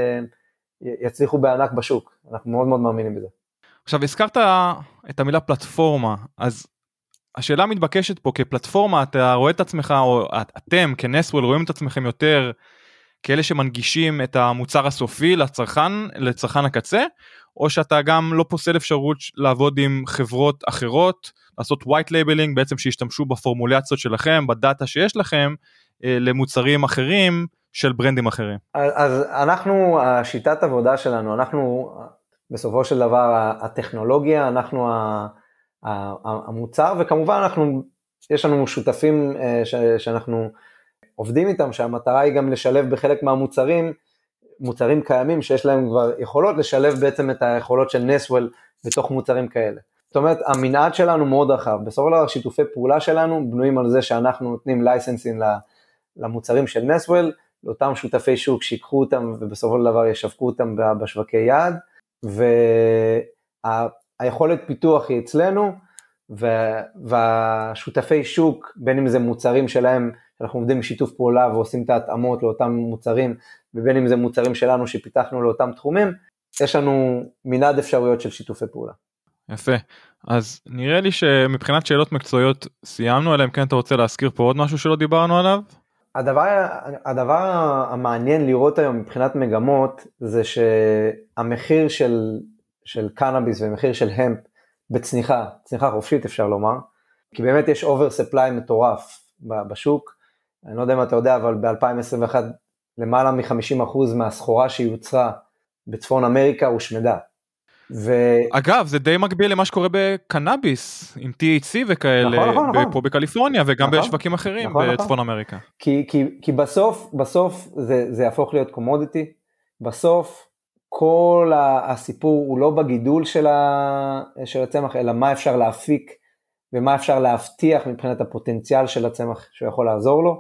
Speaker 4: יצליחו בענק בשוק. אנחנו מאוד מאוד מאמינים בזה.
Speaker 5: עכשיו, הזכרת את המילה פלטפורמה, אז השאלה מתבקשת פה, כפלטפורמה, אתה רואה את עצמך, או אתם כנסוול רואים את עצמכם יותר, כאלה שמנגישים את המוצר הסופי לצרכן, לצרכן הקצה, או שאתה גם לא פוסל אפשרות לעבוד עם חברות אחרות, לעשות white labeling, בעצם שישתמשו בפורמולציות שלכם, בדאטה שיש לכם, למוצרים אחרים של ברנדים אחרים.
Speaker 4: אז אנחנו, השיטת עבודה שלנו, אנחנו בסופו של דבר הטכנולוגיה, אנחנו המוצר, וכמובן אנחנו, יש לנו שותפים שאנחנו עובדים איתם, שהמטרה היא גם לשלב בחלק מהמוצרים, מוצרים קיימים שיש להם כבר יכולות, לשלב בעצם את היכולות של נסוול בתוך מוצרים כאלה. זאת אומרת, המנעד שלנו מאוד רחב, בסופו של דבר שיתופי פעולה שלנו בנויים על זה שאנחנו נותנים לייסנסים למוצרים של נסוול, לאותם שותפי שוק שיקחו אותם ובסופו של דבר ישווקו אותם בשווקי יעד, והיכולת פיתוח היא אצלנו, והשותפי שוק, בין אם זה מוצרים שלהם, אנחנו עובדים בשיתוף פעולה ועושים את ההתאמות לאותם מוצרים, ובין אם זה מוצרים שלנו שפיתחנו לאותם תחומים, יש לנו מנעד אפשרויות של שיתופי פעולה.
Speaker 5: יפה, אז נראה לי שמבחינת שאלות מקצועיות סיימנו, אלא אם כן אתה רוצה להזכיר פה עוד משהו שלא דיברנו עליו?
Speaker 4: הדבר, הדבר המעניין לראות היום מבחינת מגמות, זה שהמחיר של, של קנאביס ומחיר של המפ בצניחה, צניחה חופשית אפשר לומר, כי באמת יש אובר ספליי מטורף בשוק, אני לא יודע אם אתה יודע, אבל ב-אלפיים עשרים ואחת למעלה מ-חמישים אחוז מהסחורה שיוצרה בצפון אמריקה הושמדה. ו...
Speaker 5: אגב, זה די מקביל למה שקורה בקנאביס, עם טי אייץ' סי וכאלה,
Speaker 4: נכון, נכון,
Speaker 5: פה
Speaker 4: נכון.
Speaker 5: בקליפורניה, וגם
Speaker 4: נכון,
Speaker 5: בשווקים אחרים
Speaker 4: נכון,
Speaker 5: בצפון
Speaker 4: נכון.
Speaker 5: אמריקה.
Speaker 4: כי, כי, כי בסוף, בסוף זה, זה יהפוך להיות קומודיטי, בסוף כל הסיפור הוא לא בגידול של, ה, של הצמח, אלא מה אפשר להפיק, ומה אפשר להבטיח מבחינת הפוטנציאל של הצמח שיכול לעזור לו,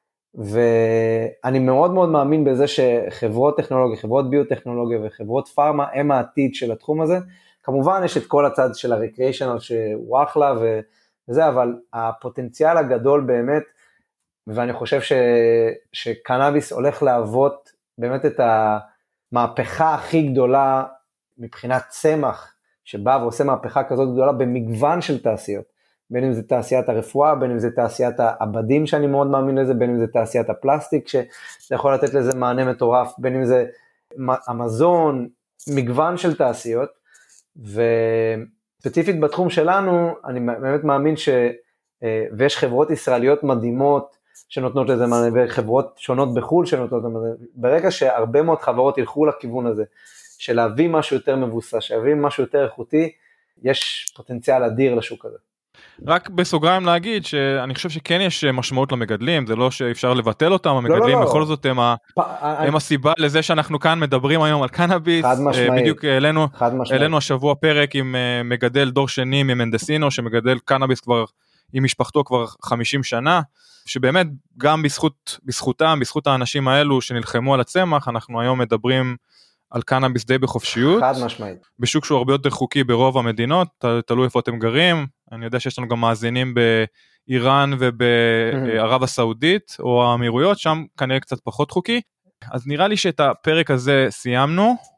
Speaker 4: ואני מאוד מאוד מאמין בזה שחברות טכנולוגיה, חברות ביוטכנולוגיה וחברות פארמה הם העתיד של התחום הזה. כמובן יש את כל הצד של הריקריאיישנל שהוא אחלה וזה, אבל הפוטנציאל הגדול באמת, ואני חושב ש, שקנאביס הולך להוות באמת את המהפכה הכי גדולה מבחינת צמח, שבא ועושה מהפכה כזאת גדולה במגוון של תעשיות. בין אם זה תעשיית הרפואה, בין אם זה תעשיית העבדים שאני מאוד מאמין לזה, בין אם זה תעשיית הפלסטיק שזה יכול לתת לזה מענה מטורף, בין אם זה המזון, מגוון של תעשיות, וספציפית בתחום שלנו, אני באמת מאמין ש... ויש חברות ישראליות מדהימות שנותנות לזה מענה, וחברות שונות בחול שנותנות לזה מענה, ברגע שהרבה מאוד חברות ילכו לכיוון הזה, של להביא משהו יותר מבוסס, להביא משהו יותר איכותי, יש פוטנציאל אדיר לשוק הזה.
Speaker 5: רק בסוגריים להגיד שאני חושב שכן יש משמעות למגדלים, זה לא שאפשר לבטל אותם, המגדלים בכל זאת הם הסיבה לזה שאנחנו כאן מדברים היום על קנאביס, בדיוק העלינו השבוע פרק עם מגדל דור שני ממנדסינו, שמגדל קנאביס כבר עם משפחתו כבר חמישים שנה, שבאמת גם בזכות, בזכותם, בזכות האנשים האלו שנלחמו על הצמח, אנחנו היום מדברים על קנאביס די בחופשיות,
Speaker 4: חד משמעית.
Speaker 5: בשוק שהוא הרבה יותר חוקי ברוב המדינות, תלוי איפה אתם גרים, אני יודע שיש לנו גם מאזינים באיראן ובערב הסעודית, או האמירויות, שם כנראה קצת פחות חוקי, אז נראה לי שאת הפרק הזה סיימנו,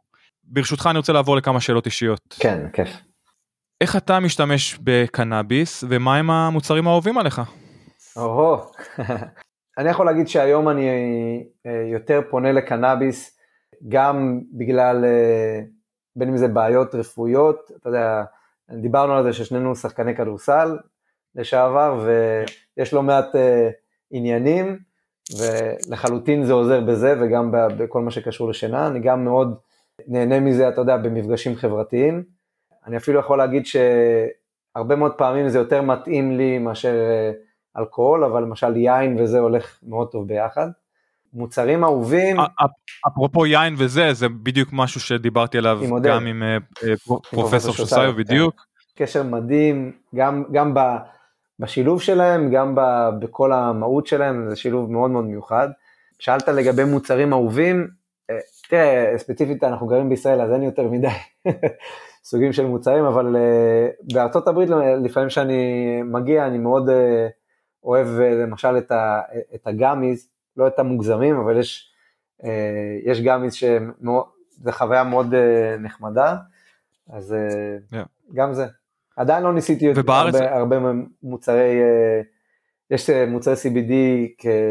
Speaker 5: ברשותך אני רוצה לעבור לכמה שאלות אישיות.
Speaker 4: כן, כיף.
Speaker 5: איך אתה משתמש בקנאביס, ומה הם המוצרים האהובים עליך?
Speaker 4: או, אני יכול להגיד שהיום אני יותר פונה לקנאביס, גם בגלל, בין אם זה בעיות רפואיות, אתה יודע, דיברנו על זה ששנינו שחקני כדורסל לשעבר, ויש לא מעט עניינים, ולחלוטין זה עוזר בזה, וגם בכל מה שקשור לשינה, אני גם מאוד נהנה מזה, אתה יודע, במפגשים חברתיים, אני אפילו יכול להגיד שהרבה מאוד פעמים זה יותר מתאים לי מאשר אלכוהול, אבל למשל יין וזה הולך מאוד טוב ביחד. מוצרים אהובים.
Speaker 5: אפרופו יין וזה, זה בדיוק משהו שדיברתי עליו גם עם פרופסור שוסיו בדיוק.
Speaker 4: קשר מדהים, גם, גם בשילוב שלהם, גם בכל המהות שלהם, זה שילוב מאוד מאוד מיוחד. שאלת לגבי מוצרים אהובים, תראה, ספציפית אנחנו גרים בישראל, אז אין יותר מדי סוגים של מוצרים, אבל בארצות הברית, לפעמים שאני מגיע, אני מאוד אוהב למשל את, ה, את הגאמיז, לא את המוגזמים, אבל יש, יש גאמיז שזה חוויה מאוד נחמדה, אז yeah. גם זה. עדיין לא ניסיתי ובארץ... הרבה, הרבה מוצרי, יש מוצרי סי בי די,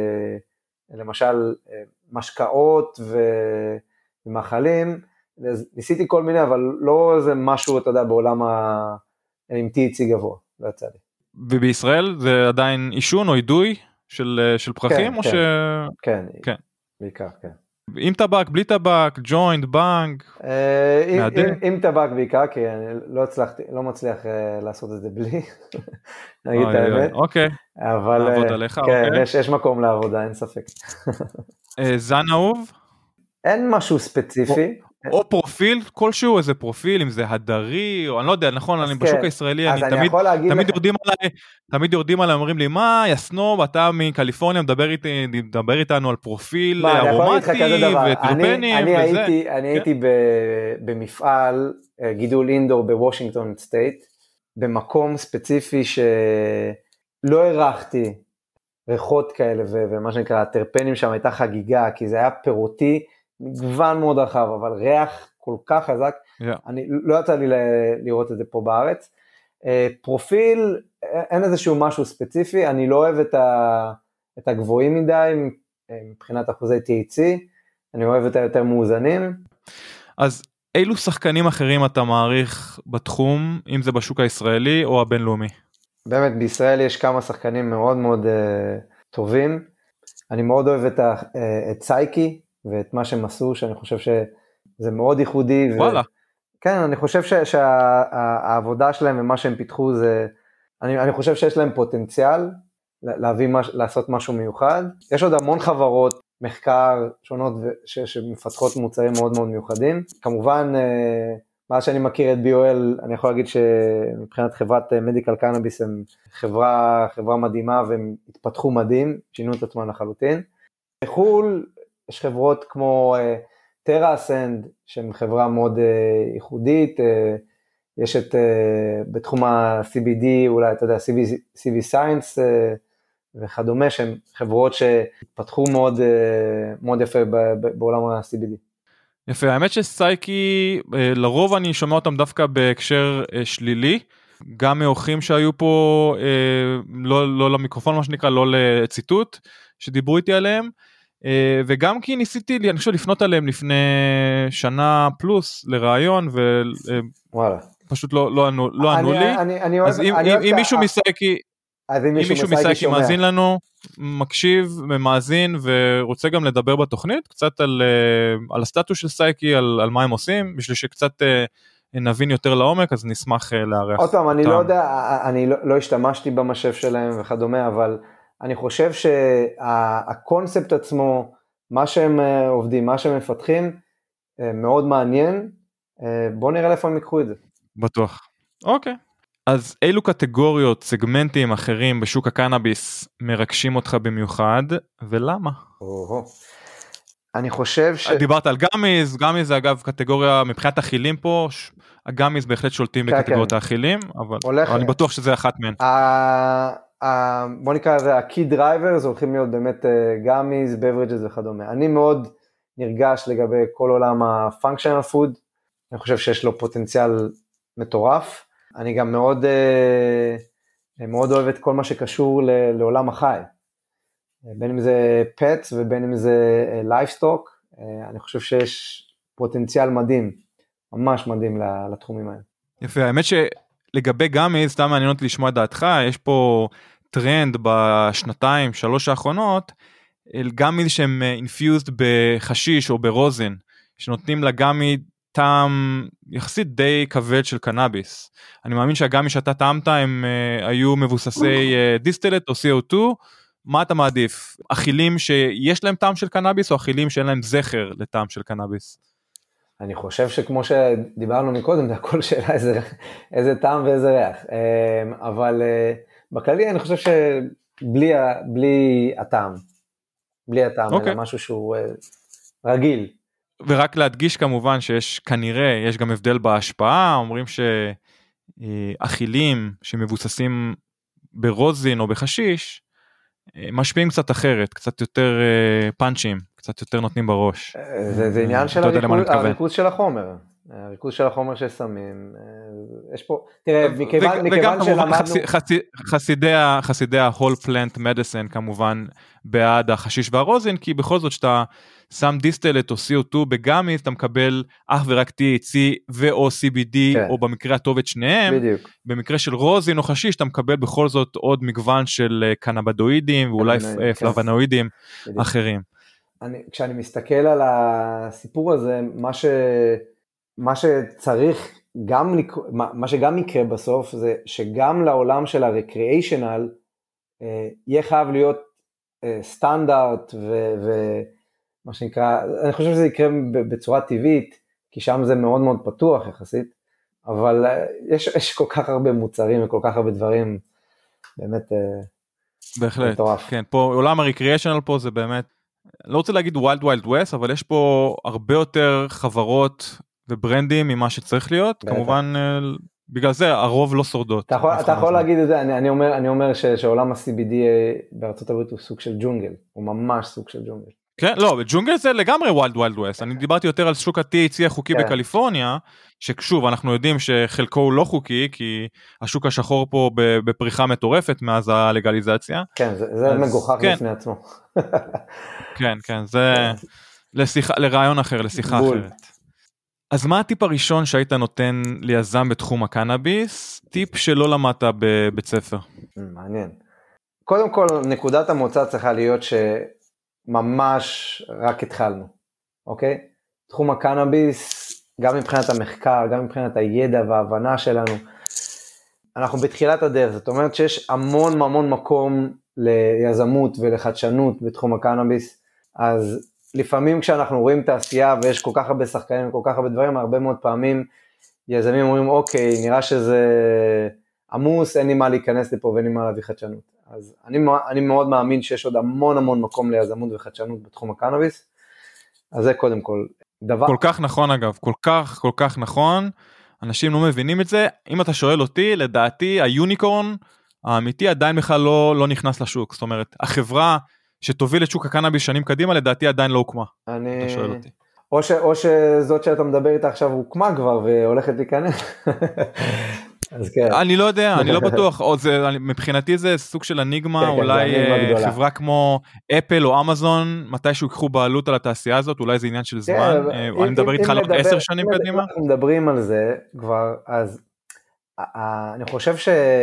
Speaker 4: למשל משקאות ומאכלים, ניסיתי כל מיני, אבל לא איזה משהו, אתה יודע, בעולם עם טי אייץ' סי גבוה, לא יצא לי.
Speaker 5: ובישראל זה עדיין אישון או אידוי של, של פרחים?
Speaker 4: כן,
Speaker 5: או
Speaker 4: כן,
Speaker 5: ש...
Speaker 4: כן,
Speaker 5: כן,
Speaker 4: בעיקר, כן.
Speaker 5: עם טבק, בלי טבק, ג'וינט, בנג?
Speaker 4: עם טבק בעיקר, כי אני לא הצלחתי, לא מצליח לעשות את זה בלי, נגיד את האמת.
Speaker 5: אוקיי, לעבוד עליך,
Speaker 4: כן, יש מקום לעבודה, אין ספק.
Speaker 5: זן אהוב?
Speaker 4: אין משהו ספציפי.
Speaker 5: או פרופיל כלשהו, איזה פרופיל, אם זה הדרי, או אני לא יודע, נכון, אני בשוק הישראלי, אני תמיד, תמיד יורדים עליי, תמיד יורדים עליי, אומרים לי, מה, יסנוב, אתה מקליפורניה, מדבר איתי, מדבר איתנו על פרופיל ארומטי, וטרפנים, וזה.
Speaker 4: אני הייתי במפעל גידול אינדור בוושינגטון סטייט, במקום ספציפי שלא הרחתי ריחות כאלה, ומה שנקרא, הטרפנים שם הייתה חגיגה, כי זה היה פירותי, מגוון מאוד רחב, אבל ריח כל כך חזק, yeah. אני לא יצא לי לראות את זה פה בארץ. פרופיל, אין איזשהו משהו ספציפי, אני לא אוהב את, ה, את הגבוהים מדי, מבחינת אחוזי טי אייץ' סי, אני אוהב את היותר מאוזנים.
Speaker 5: אז אילו שחקנים אחרים אתה מעריך בתחום, אם זה בשוק הישראלי או הבינלאומי?
Speaker 4: באמת, בישראל יש כמה שחקנים מאוד מאוד uh, טובים, אני מאוד אוהב את, ה, uh, את סייקי, ואת מה שהם עשו, שאני חושב שזה מאוד ייחודי.
Speaker 5: וואלה.
Speaker 4: ו... כן, אני חושב ש... שהעבודה שלהם ומה שהם פיתחו זה, אני, אני חושב שיש להם פוטנציאל להביא מש... לעשות משהו מיוחד. יש עוד המון חברות, מחקר שונות ש... שמפתחות מוצרים מאוד מאוד מיוחדים. כמובן, מה שאני מכיר את בי או אל, אני יכול להגיד שמבחינת חברת מדיקל קנאביס, הם חברה, חברה מדהימה, והם התפתחו מדהים, שינו את עצמם לחלוטין. בחול, יש חברות כמו טרה אסנד, שהן חברה מאוד ייחודית, יש את, בתחום ה-סי בי די, אולי, אתה יודע, סי וי Science וכדומה, שהן חברות שהתפתחו מאוד, מאוד יפה בעולם ה-סי בי די.
Speaker 5: יפה, האמת שסייקי, לרוב אני שומע אותם דווקא בהקשר שלילי, גם מאורחים שהיו פה, לא, לא למיקרופון, מה שנקרא, לא לציטוט, שדיברו איתי עליהם, וגם כי ניסיתי לי, אני חושב לפנות עליהם לפני שנה פלוס לרעיון, ופשוט לא, לא ענו, לא ענו לי. אני, אני אז אם, אם, אם מישהו מסייקי, אם מישהו מסייקי מאזין לנו, מקשיב ומאזין, ורוצה גם לדבר בתוכנית, קצת על, על הסטטוס של סייקי, על, על מה הם עושים, בשביל שקצת נבין יותר לעומק, אז נשמח לארח.
Speaker 4: עוד פעם, אני לא יודע, אני לא, לא השתמשתי במשב שלהם וכדומה, אבל אני חושב שהקונספט עצמו, מה שהם עובדים, מה שהם מפתחים, מאוד מעניין. בואו נראה איפה הם יקחו את זה.
Speaker 5: בטוח. אוקיי. אז אילו קטגוריות, סגמנטים אחרים בשוק הקנאביס מרגשים אותך במיוחד, ולמה?
Speaker 4: אני חושב ש...
Speaker 5: דיברת על גאמיז, גאמיז זה אגב קטגוריה, מבחינת אכילים פה, הגאמיז בהחלט שולטים בקטגוריות האכילים, אבל אני בטוח שזה אחת מהן.
Speaker 4: בוא נקרא לזה, ה-key drivers הולכים להיות באמת גאמיז, beverages וכדומה. אני מאוד נרגש לגבי כל עולם ה-functional food, אני חושב שיש לו פוטנציאל מטורף, אני גם מאוד, מאוד אוהב את כל מה שקשור לעולם החי, בין אם זה פטס ובין אם זה לייפסטוק, אני חושב שיש פוטנציאל מדהים, ממש מדהים לתחומים האלה.
Speaker 5: יפה, האמת שלגבי גאמיז, סתם מעניין אותי לשמוע את דעתך, יש פה טרנד בשנתיים, שלוש האחרונות, גאמיז שהם אינפיוזד בחשיש או ברוזין, שנותנים לגאמי טעם יחסית די כבד של קנאביס. אני מאמין שהגאמי שאתה טעמת הם uh, היו מבוססי uh, דיסטילט או סי או טו, מה אתה מעדיף? אכילים שיש להם טעם של קנאביס או אכילים שאין להם זכר לטעם של קנאביס?
Speaker 4: אני חושב שכמו שדיברנו מקודם, זה הכל שאלה איזה, איזה טעם ואיזה ריח. אבל בכללי אני חושב שבלי בלי הטעם, בלי הטעם, okay. אלא משהו שהוא רגיל.
Speaker 5: ורק להדגיש כמובן שיש כנראה, יש גם הבדל בהשפעה, אומרים שאכילים שמבוססים ברוזין או בחשיש, משפיעים קצת אחרת, קצת יותר פאנצ'ים, קצת יותר נותנים בראש.
Speaker 4: זה, זה עניין של הריכוז, הריכוז של החומר, הריכוז של החומר ששמים, יש פה, תראה, מכיוון, מכיוון שלמדנו... חסידי, חסידי ה-whole plant medicine כמובן בעד החשיש והרוזין, כי בכל זאת שאתה שם דיסטילט או סי או טו בגאמיז, אתה מקבל אך ורק טי אייץ' סי ו/או סי בי די, כן. או במקרה הטוב את שניהם, בדיוק. במקרה של רוזין או חשיש, אתה מקבל בכל זאת עוד מגוון של קנבדואידים, ואולי כן. פלבנואידים בדיוק. אחרים. אני, כשאני מסתכל על הסיפור הזה, מה ש... מה שצריך גם, מה שגם יקרה בסוף, זה שגם לעולם של הרקריאיישנל, יהיה חייב להיות סטנדרט, ומה שנקרא, אני חושב שזה יקרה בצורה טבעית, כי שם זה מאוד מאוד פתוח יחסית, אבל יש, יש כל כך הרבה מוצרים, וכל כך הרבה דברים, באמת
Speaker 5: בהחלט, מטורף. כן, פה, עולם הרקריאיישנל פה זה באמת, לא רוצה להגיד ווילד ווילד ווסט, אבל יש פה הרבה יותר חברות, וברנדים ממה שצריך להיות, כמובן בגלל זה הרוב לא שורדות.
Speaker 4: אתה יכול, אתה יכול להגיד את זה, אני, אני אומר, אני אומר ש, שעולם ה-סי בי די בארצות הברית הוא סוג של ג'ונגל, הוא ממש סוג של ג'ונגל. כן,
Speaker 5: לא, ג'ונגל זה לגמרי ווילד ווילד ווסט, אני דיברתי יותר על שוק ה-טי אייץ' סי החוקי בקליפורניה, ששוב אנחנו יודעים שחלקו הוא לא חוקי, כי השוק השחור פה בפריחה מטורפת מאז הלגליזציה.
Speaker 4: כן, זה, זה מגוחך לפני עצמו.
Speaker 5: כן, כן, זה לשיחה, לרעיון אחר, לשיחה אחרת. אז מה הטיפ הראשון שהיית נותן ליזם בתחום הקנאביס? טיפ שלא למדת בבית ספר.
Speaker 4: מעניין. קודם כל, נקודת המוצא צריכה להיות שממש רק התחלנו, אוקיי? תחום הקנאביס, גם מבחינת המחקר, גם מבחינת הידע וההבנה שלנו, אנחנו בתחילת הדרך, זאת אומרת שיש המון המון מקום ליזמות ולחדשנות בתחום הקנאביס, אז לפעמים כשאנחנו רואים תעשייה ויש כל כך הרבה שחקנים וכל כך הרבה דברים, הרבה מאוד פעמים יזמים אומרים, אוקיי, נראה שזה עמוס, אין לי מה להיכנס לפה ואין לי מה להביא חדשנות. אז אני, אני מאוד מאמין שיש עוד המון המון מקום ליזמות וחדשנות בתחום הקנאביס, אז זה קודם כל. דבר...
Speaker 5: כל כך נכון אגב, כל כך כל כך נכון, אנשים לא מבינים את זה, אם אתה שואל אותי, לדעתי היוניקורן האמיתי עדיין בכלל לא, לא נכנס לשוק, זאת אומרת, החברה שתוביל את שוק הקנאביס שנים קדימה, לדעתי עדיין לא הוקמה.
Speaker 4: אני... אתה שואל אותי. או, ש... או שזאת שאתה מדבר איתה עכשיו הוקמה כבר, והולכת להיכנס. אז כן.
Speaker 5: אני לא יודע, אני לא בטוח, או זה, מבחינתי זה סוג של אניגמה, כן, אולי כן, חברה כמו אפל או אמזון, מתישהו ייקחו בעלות על התעשייה הזאת, אולי זה עניין של זמן, כן, אני אם, מדבר איתך על עוד עשר שנים
Speaker 4: אם
Speaker 5: קדימה.
Speaker 4: אם מדברים על זה כבר, אז אני חושב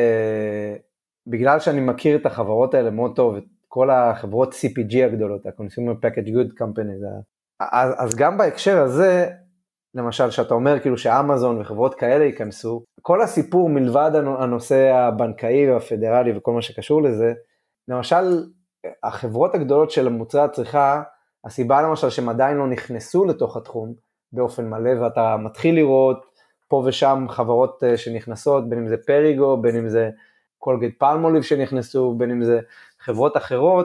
Speaker 4: שבגלל שאני מכיר את החברות האלה מאוד טוב, כל החברות סי פי ג'י הגדולות, ה-Consumer Packaged Good Company, אז, אז גם בהקשר הזה, למשל, שאתה אומר כאילו שאמזון וחברות כאלה ייכנסו, כל הסיפור מלבד הנושא הבנקאי והפדרלי וכל מה שקשור לזה, למשל, החברות הגדולות של מוצרי הצריכה, הסיבה למשל שהם עדיין לא נכנסו לתוך התחום באופן מלא, ואתה מתחיל לראות פה ושם חברות שנכנסות, בין אם זה פריגו, בין אם זה קולגייט פלמוליב שנכנסו, בין אם זה חברות אחרות,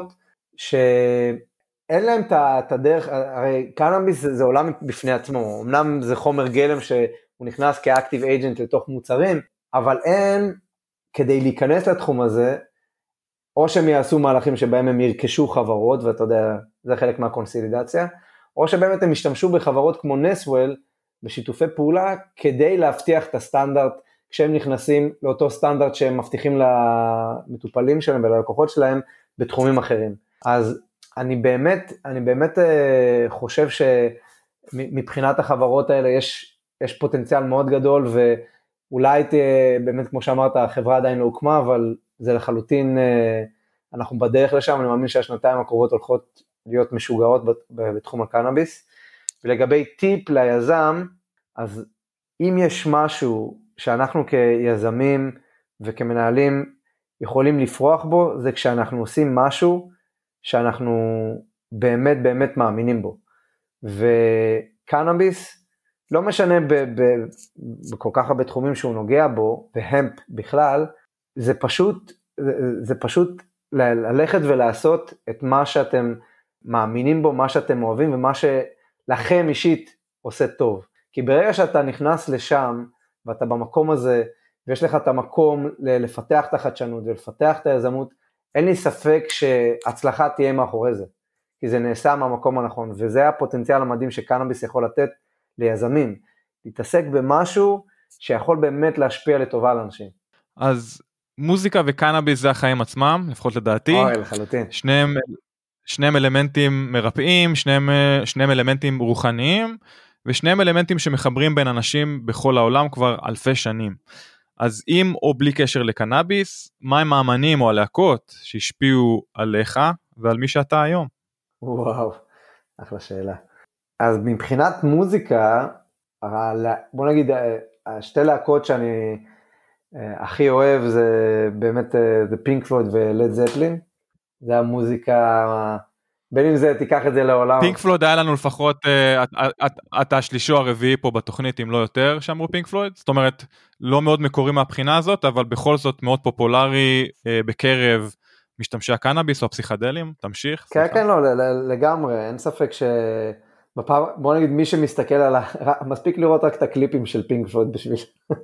Speaker 4: שאין להם את הדרך, הרי קנאביס זה, זה עולם בפני עצמו, אמנם זה חומר גלם שהוא נכנס כאקטיב אייג'נט לתוך מוצרים, אבל אין, כדי להיכנס לתחום הזה, או שהם יעשו מהלכים שבהם הם ירכשו חברות, ואתה יודע, זה חלק מהקונסילידציה, או שבאמת הם ישתמשו בחברות כמו נסוול, בשיתופי פעולה, כדי להבטיח את הסטנדרט, כשהם נכנסים לאותו סטנדרט שהם מבטיחים למטופלים שלהם וללקוחות שלהם, בתחומים אחרים. אז אני באמת, אני באמת חושב שמבחינת החברות האלה יש, יש פוטנציאל מאוד גדול, ואולי תהיה, באמת כמו שאמרת, החברה עדיין לא הוקמה, אבל זה לחלוטין, אנחנו בדרך לשם, אני מאמין שהשנתיים הקרובות הולכות להיות משוגעות בתחום הקנאביס. ולגבי טיפ ליזם, אז אם יש משהו שאנחנו כיזמים וכמנהלים יכולים לפרוח בו, זה כשאנחנו עושים משהו שאנחנו באמת באמת מאמינים בו. וקנאביס, לא משנה ב- ב- בכל כך הרבה תחומים שהוא נוגע בו, והמפ בכלל, זה פשוט, זה, זה פשוט ללכת ולעשות את מה שאתם מאמינים בו, מה שאתם אוהבים, ומה שלכם אישית עושה טוב. כי ברגע שאתה נכנס לשם, ואתה במקום הזה, ויש לך את המקום לפתח את החדשנות, ולפתח את היזמות, אין לי ספק שהצלחה תהיה מאחורי זה. כי זה נעשה מהמקום הנכון, וזה הפוטנציאל המדהים שקנאביס יכול לתת ליזמים. להתעסק במשהו שיכול באמת להשפיע לטובה על אנשים.
Speaker 5: אז מוזיקה וקנאביס זה החיים עצמם, לפחות לדעתי.
Speaker 4: אוי, לחלוטין.
Speaker 5: שניהם, שניהם אלמנטים מרפאים, שניהם, שניהם אלמנטים רוחניים, ושניהם אלמנטים שמחברים בין אנשים בכל העולם כבר אלפי שנים. אז אם או בלי קשר לקנאביס, מה הם האמנים או הלהקות שהשפיעו עליך ועל מי שאתה היום?
Speaker 4: וואו, אחלה שאלה. אז מבחינת מוזיקה, בוא נגיד, השתי להקות שאני הכי אוהב זה באמת The Pink Floyd ולד זפלין. זה המוזיקה, בין אם זה תיקח את זה לעולם.
Speaker 5: פינק פלויד היה לנו לפחות, אתה השלישי או הרביעי פה בתוכנית, אם לא יותר, שאמרו פינק פלויד. זאת אומרת, לא מאוד מקורי מהבחינה הזאת, אבל בכל זאת מאוד פופולרי בקרב משתמשי הקנאביס או הפסיכדלים. תמשיך.
Speaker 4: כן, כן, לא, לגמרי. אין ספק ש... בוא נגיד, מי שמסתכל על ה... מספיק לראות רק את הקליפים של פינק פלויד בשביל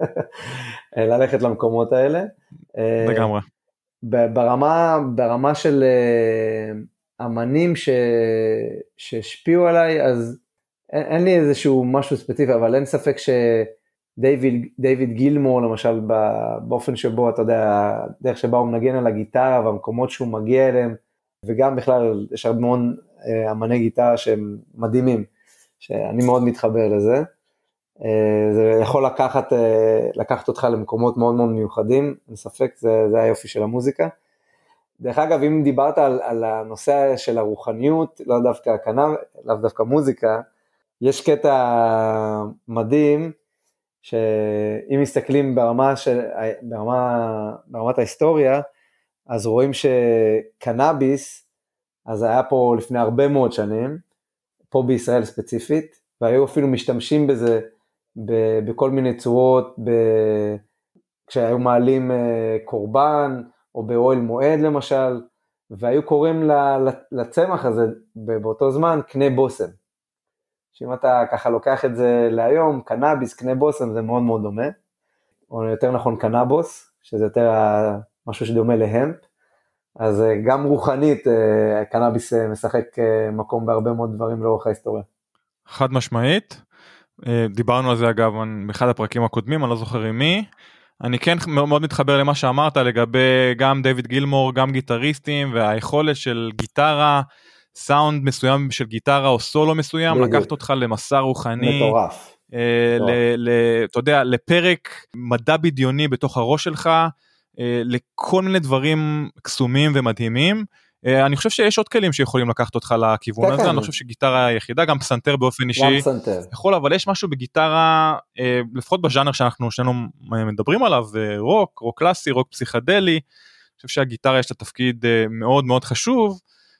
Speaker 4: ללכת למקומות האלה.
Speaker 5: לגמרי.
Speaker 4: ברמה, ברמה של אמנים ש... שהשפיעו עליי, אז אין, אין לי איזשהו משהו ספציפי, אבל אין ספק שדייוויד דיוויד גילמור, למשל, באופן שבו, אתה יודע, דרך שבה הוא מנגן על הגיטרה, והמקומות שהוא מגיע אליהם, וגם בכלל, יש הרבה מאוד אמני גיטרה שהם מדהימים, שאני מאוד מתחבר לזה. זה יכול לקחת, לקחת אותך למקומות מאוד מאוד מיוחדים, אין ספק, זה, זה היופי של המוזיקה. דרך אגב, אם דיברת על, על הנושא של הרוחניות, לא דווקא קנאב, לא דווקא מוזיקה, יש קטע מדהים, שאם מסתכלים ברמה של, ברמה, ברמת ההיסטוריה, אז רואים שקנאביס, אז היה פה לפני הרבה מאוד שנים, פה בישראל ספציפית, והיו אפילו משתמשים בזה, בכל מיני צורות, כשהיו מעלים קורבן, או באוהל מועד למשל, והיו קוראים לצמח הזה, באותו זמן, קנה בוסם. שאם אתה ככה לוקח את זה להיום, קנאביס, קנה בוסם, זה מאוד מאוד דומה, או יותר נכון קנאבוס, שזה יותר משהו שדומה להמפ, אז גם רוחנית, קנאביס משחק מקום בהרבה מאוד דברים לאורך ההיסטוריה.
Speaker 5: חד משמעית, דיברנו על זה אגב באחד הפרקים הקודמים, אני לא זוכר עם מי, אני כן מאוד מתחבר למה שאמרת לגבי גם דיוויד גילמור, גם גיטריסטים, והיכולת של גיטרה, סאונד מסוים של גיטרה או סולו מסוים, לקחת אותך למסע רוחני,
Speaker 4: מטורף.
Speaker 5: אתה יודע, לפרק מדע בדיוני בתוך הראש שלך, לכל מיני דברים קסומים ומדהימים. אני חושב שיש עוד כלים שיכולים לקחת אותך לכיוון הזה, אני חושב שגיטרה היחידה, גם פסנתר באופן אישי, יכול, אבל יש משהו בגיטרה, לפחות בז'אנר שאנחנו שנינו מדברים עליו, רוק, רוק קלאסי, רוק פסיכדלי, אני חושב שהגיטרה יש לה תפקיד מאוד מאוד חשוב,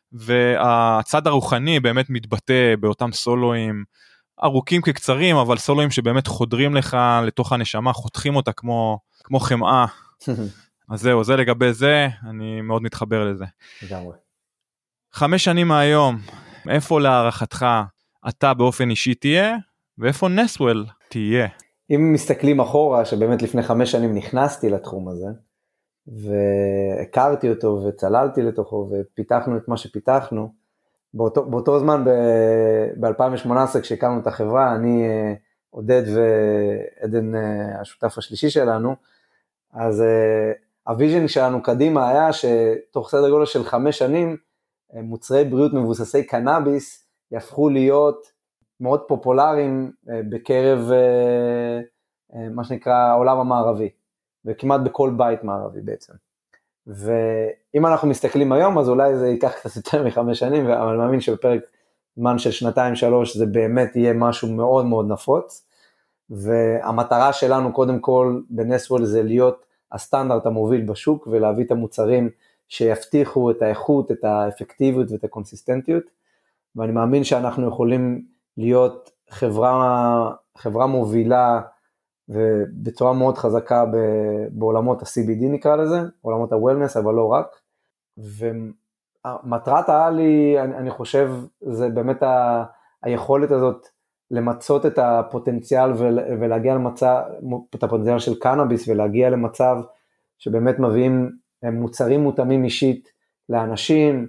Speaker 5: והצד הרוחני באמת מתבטא באותם סולואים, ארוכים כקצרים, אבל סולואים שבאמת חודרים לך לתוך הנשמה, חותכים אותה כמו, כמו חמאה. אז זהו, זה לגבי זה, אני מאוד מתחבר לזה.
Speaker 4: לגמרי.
Speaker 5: חמש שנים מהיום, איפה להערכתך אתה באופן אישי תהיה, ואיפה נסוול תהיה?
Speaker 4: אם מסתכלים אחורה, שבאמת לפני חמש שנים נכנסתי לתחום הזה, והכרתי אותו וצללתי לתוכו, ופיתחנו את מה שפיתחנו, באותו, באותו זמן, ב-אלפיים שמונה עשרה, כשהקמנו את החברה, אני עודד ועדן השותף השלישי שלנו, אז הוויז'ן שלנו קדימה היה שתוך סדר גודל של חמש שנים, מוצרי בריאות מבוססי קנאביס יהפכו להיות מאוד פופולריים בקרב מה שנקרא העולם המערבי, וכמעט בכל בית מערבי בעצם. ואם אנחנו מסתכלים היום, אז אולי זה ייקח קצת יותר מחמש שנים, אבל אני מאמין שבפרק זמן של שנתיים שלוש זה באמת יהיה משהו מאוד מאוד נפוץ, והמטרה שלנו קודם כל בנסוול זה להיות הסטנדרט המוביל בשוק, ולהביא את המוצרים שיבטיחו את האיכות, את האפקטיביות ואת הקונסיסטנטיות, ואני מאמין שאנחנו יכולים להיות חברה, חברה מובילה, ובצורה מאוד חזקה בעולמות ה-סי בי די נקרא לזה, עולמות ה-wellness, אבל לא רק, ומטרת העל היא, אני, אני חושב, זה באמת ה, היכולת הזאת, למצות את הפוטנציאל ולהגיע למצב, את הפוטנציאל של קנאביס, ולהגיע למצב שבאמת מביאים מוצרים מותאמים אישית לאנשים,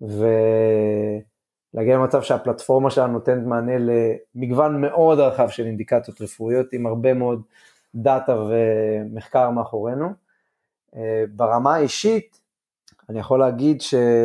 Speaker 4: ולהגיע למצב שהפלטפורמה שלנו נותנת מענה למגוון מאוד רחב של אינדיקציות רפואיות, עם הרבה מאוד דאטה ומחקר מאחורינו. ברמה האישית, אני יכול להגיד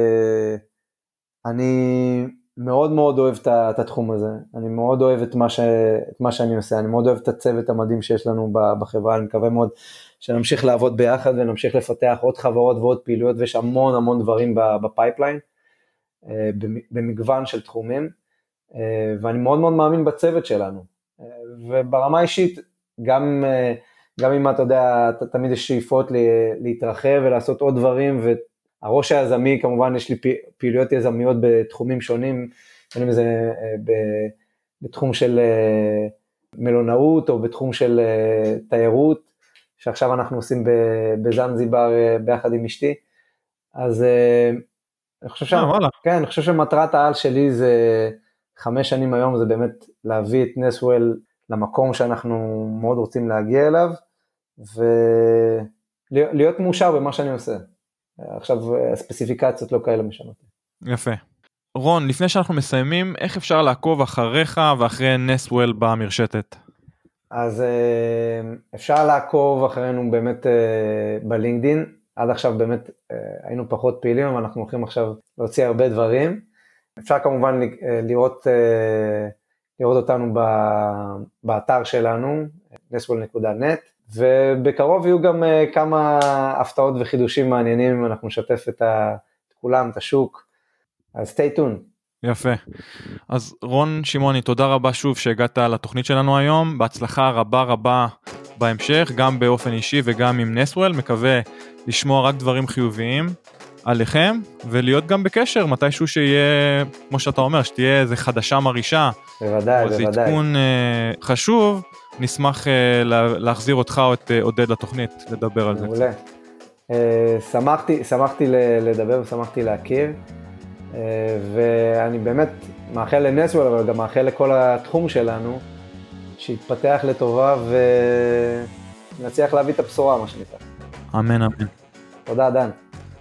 Speaker 4: שאני מאוד מאוד אוהב את התחום הזה, אני מאוד אוהב את מה, ש, את מה שאני עושה, אני מאוד אוהב את הצוות המדהים שיש לנו בחברה, אני מקווה מאוד שנמשיך לעבוד ביחד, ונמשיך לפתח עוד חברות ועוד פעילויות, ויש המון המון דברים בפייפליין, במגוון של תחומים, ואני מאוד מאוד מאמין בצוות שלנו, וברמה אישית, גם, גם אם אתה יודע, תמיד יש שאיפות להתרחב ולעשות עוד דברים, ו... הראש היזמי, כמובן יש לי פעילויות יזמיות בתחומים שונים, אם זה בתחום של מלונאות, או בתחום של תיירות, שעכשיו אנחנו עושים בזנזיבר ביחד עם אשתי, אז אני חושב, שה... כן, אני חושב שמטרת העל שלי זה חמש שנים היום, זה באמת להביא את נסוול למקום שאנחנו מאוד רוצים להגיע אליו, ולהיות מאושר במה שאני עושה. עכשיו הספציפיקציות לא כאלה משנות.
Speaker 5: יפה. רון, לפני שאנחנו מסיימים, איך אפשר לעקוב אחריך ואחרי נסוול במרשתת?
Speaker 4: אז אפשר לעקוב אחרינו באמת בלינקדין, עד עכשיו באמת היינו פחות פעילים, אבל אנחנו הולכים עכשיו להוציא הרבה דברים. אפשר כמובן לראות, לראות אותנו באתר שלנו, נסוול נקודה נט, ובקרוב יהיו גם כמה הפתעות וחידושים מעניינים, אנחנו נשתף את כולם, את השוק, אז stay tuned.
Speaker 5: יפה. אז רון שמעוני, תודה רבה שוב שהגעת לתוכנית שלנו היום, בהצלחה רבה רבה בהמשך, גם באופן אישי וגם עם נסוול, מקווה לשמוע רק דברים חיוביים עליכם, ולהיות גם בקשר מתישהו שיהיה, כמו שאתה אומר, שתהיה איזה חדשה מרישה,
Speaker 4: בוודאי,
Speaker 5: או
Speaker 4: בוודאי.
Speaker 5: איזה עדכון uh, חשוב, נשמח uh, להחזיר אותך או את uh, עודד לתוכנית, לדבר על זה.
Speaker 4: מעולה. Uh, שמחתי, שמחתי לדבר ושמחתי להכיר, uh, ואני באמת מאחל לנסוול, אבל גם מאחל לכל התחום שלנו, שיתפתח לטובה ונצליח להביא את הבשורה, מה שנקרא.
Speaker 5: אמן, אמן.
Speaker 4: תודה, דן.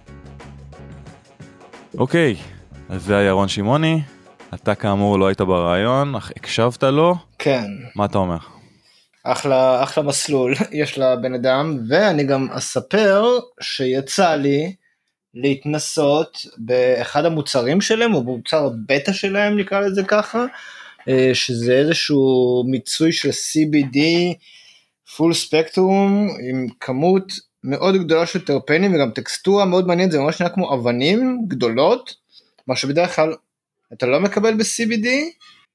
Speaker 2: אוקיי, אז זה היה רון שמעוני, אתה כאמור לא היית ברעיון, אך הקשבת לו.
Speaker 3: כן.
Speaker 2: מה אתה אומר?
Speaker 3: אחלה, אחלה מסלול יש לבן אדם, ואני גם אספר שיצא לי להתנסות באחד המוצרים שלהם, או במוצר בטא שלהם נקרא לזה ככה, שזה איזשהו מיצוי של סי בי די, פול ספקטרום, עם כמות מאוד גדולה של טרפנים, וגם טקסטורה מאוד מעניינת, זה ממש נראה כמו אבנים גדולות, מה שבדרך כלל אתה לא מקבל ב-סי בי די,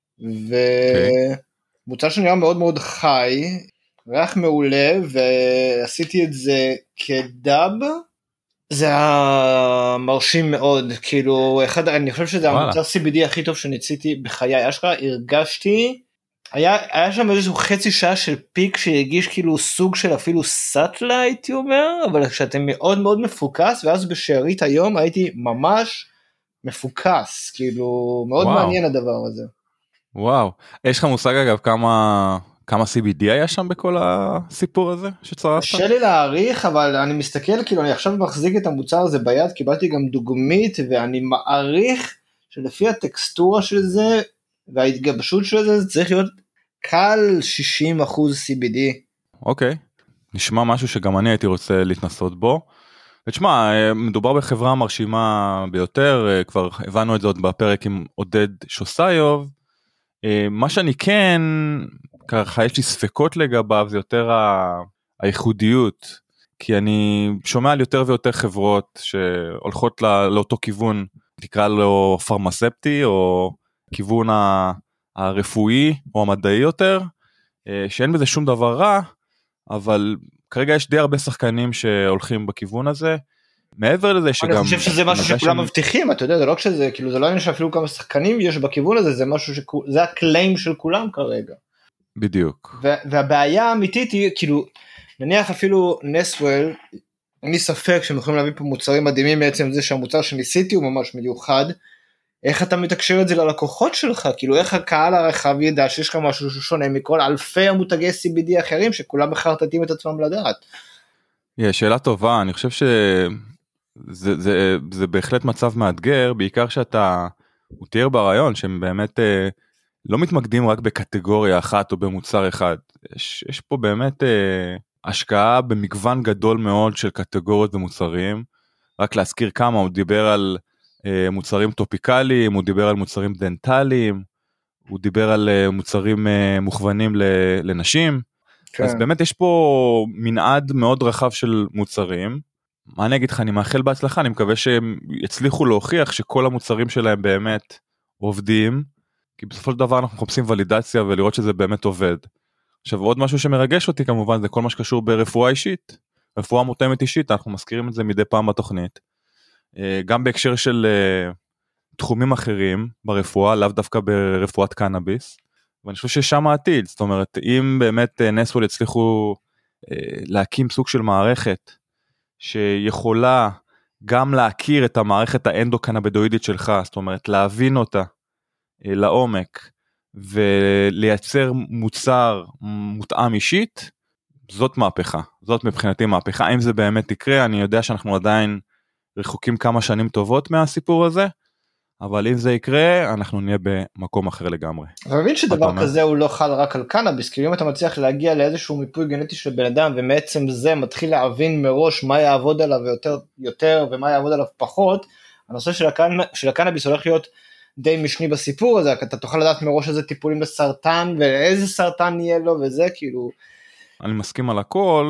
Speaker 3: ומוצר שנראה מאוד מאוד חי, ריח מעולה, ועשיתי את זה כדאב, זה היה מרשים מאוד, כאילו, אחד, אני חושב שזה המוצר סי בי די הכי טוב שניציתי בחיי, אשכרה, הרגשתי, היה, היה שם איזשהו חצי שעה של פיק שהרגיש כאילו סוג של אפילו סאטלה הייתי אומר, אבל כשאתם מאוד מאוד מפוקס, ואז בשארית היום הייתי ממש מפוקס, כאילו מאוד וואו. מעניין הדבר הזה.
Speaker 2: וואו, יש לך מושג אגב כמה, כמה סי בי די היה שם בכל הסיפור הזה שצרפת?
Speaker 3: קשה לי להעריך, אבל אני מסתכל, כאילו אני עכשיו מחזיק את המוצר הזה ביד, קיבלתי גם דוגמית, ואני מעריך שלפי הטקסטורה של זה, וההתגבשות של זה, זה צריך להיות קל שישים אחוז סי בי די.
Speaker 2: אוקיי, נשמע משהו שגם אני הייתי רוצה להתנסות בו. ותשמע, מדובר בחברה מרשימה ביותר, כבר הבנו את זה עוד בפרק עם עודד שוסיוב. מה שאני כן, ככה יש לי ספקות לגביו, זה יותר הייחודיות, כי אני שומע על יותר ויותר חברות שהולכות לא, לאותו כיוון, תקרא לו פרמספטי, או כיוון הרפואי, או המדעי יותר, שאין בזה שום דבר רע, אבל כרגע יש די הרבה שחקנים שהולכים בכיוון הזה, מעבר לזה שגם...
Speaker 3: אני חושב שזה משהו שכולם מבטיחים, אתה יודע, זה לא כשזה, כאילו זה לא עניין שאפילו כמה שחקנים יש בכיוון הזה, זה משהו שכו... זה הקליים של כולם כרגע.
Speaker 2: בדיוק.
Speaker 3: והבעיה האמיתית היא, כאילו, נניח אפילו נסוול, אין לי ספק שהם יכולים להביא פה מוצרים מדהימים בעצם זה שהמוצר שניסיתי הוא ממש מיוחד, איך אתה מתקשר את זה ללקוחות שלך, כאילו איך הקהל הרחב ידע שיש לך משהו שונה מכל אלפי המותגי סי בי די אחרים שכולם מחרטטים את עצמם לדעת.
Speaker 2: יש שאלה טובה, אני חושב שזה זה, זה, זה בהחלט מצב מאתגר, בעיקר שאתה, הוא תיאר ברעיון שהם באמת אה, לא מתמקדים רק בקטגוריה אחת או במוצר אחד, יש, יש פה באמת אה, השקעה במגוון גדול מאוד של קטגוריות ומוצרים, רק להזכיר כמה, הוא דיבר על אה, מוצרים טופיקליים, הוא דיבר על מוצרים דנטליים, הוא דיבר על אה, מוצרים אה, מוכוונים לנשים, כן. אז באמת יש פה מנעד מאוד רחב של מוצרים, מה אני אגיד לך, אני מאחל בהצלחה, אני מקווה שהם יצליחו להוכיח שכל המוצרים שלהם באמת עובדים, כי בסופו של דבר אנחנו מחפשים ולידציה ולראות שזה באמת עובד. עכשיו עוד משהו שמרגש אותי כמובן זה כל מה שקשור ברפואה אישית, רפואה מותאמת אישית, אנחנו מזכירים את זה מדי פעם בתוכנית, גם בהקשר של תחומים אחרים ברפואה, לאו דווקא ברפואת קנאביס, ואני חושב ששם העתיד, זאת אומרת אם באמת נסוול יצליחו להקים סוג של מערכת, שיכולה גם להכיר את המערכת האנדוקנבינואידית שלך, זאת אומרת להבין אותה לעומק, ולייצר מוצר מותאם אישית, זאת מהפכה, זאת מבחינתי מהפכה, אם זה באמת יקרה, אני יודע שאנחנו עדיין רחוקים כמה שנים טובות מהסיפור הזה, אבל אם זה יקרה, אנחנו נהיה במקום אחר לגמרי.
Speaker 3: אתה מבין שדבר כזה הוא לא חל רק על קנאביס, כי אם אתה מצליח להגיע לאיזשהו מיפוי גנטי של בן אדם, ומעצם זה מתחיל להבין מראש מה יעבוד עליו יותר, יותר ומה יעבוד עליו פחות, הנושא של, הקנ... של הקנאביס הולך להיות די משני בסיפור הזה, אתה תוכל לדעת מראש איזה טיפולים לסרטן, ואיזה סרטן יהיה לו, וזה כאילו...
Speaker 2: אני מסכים על הכל,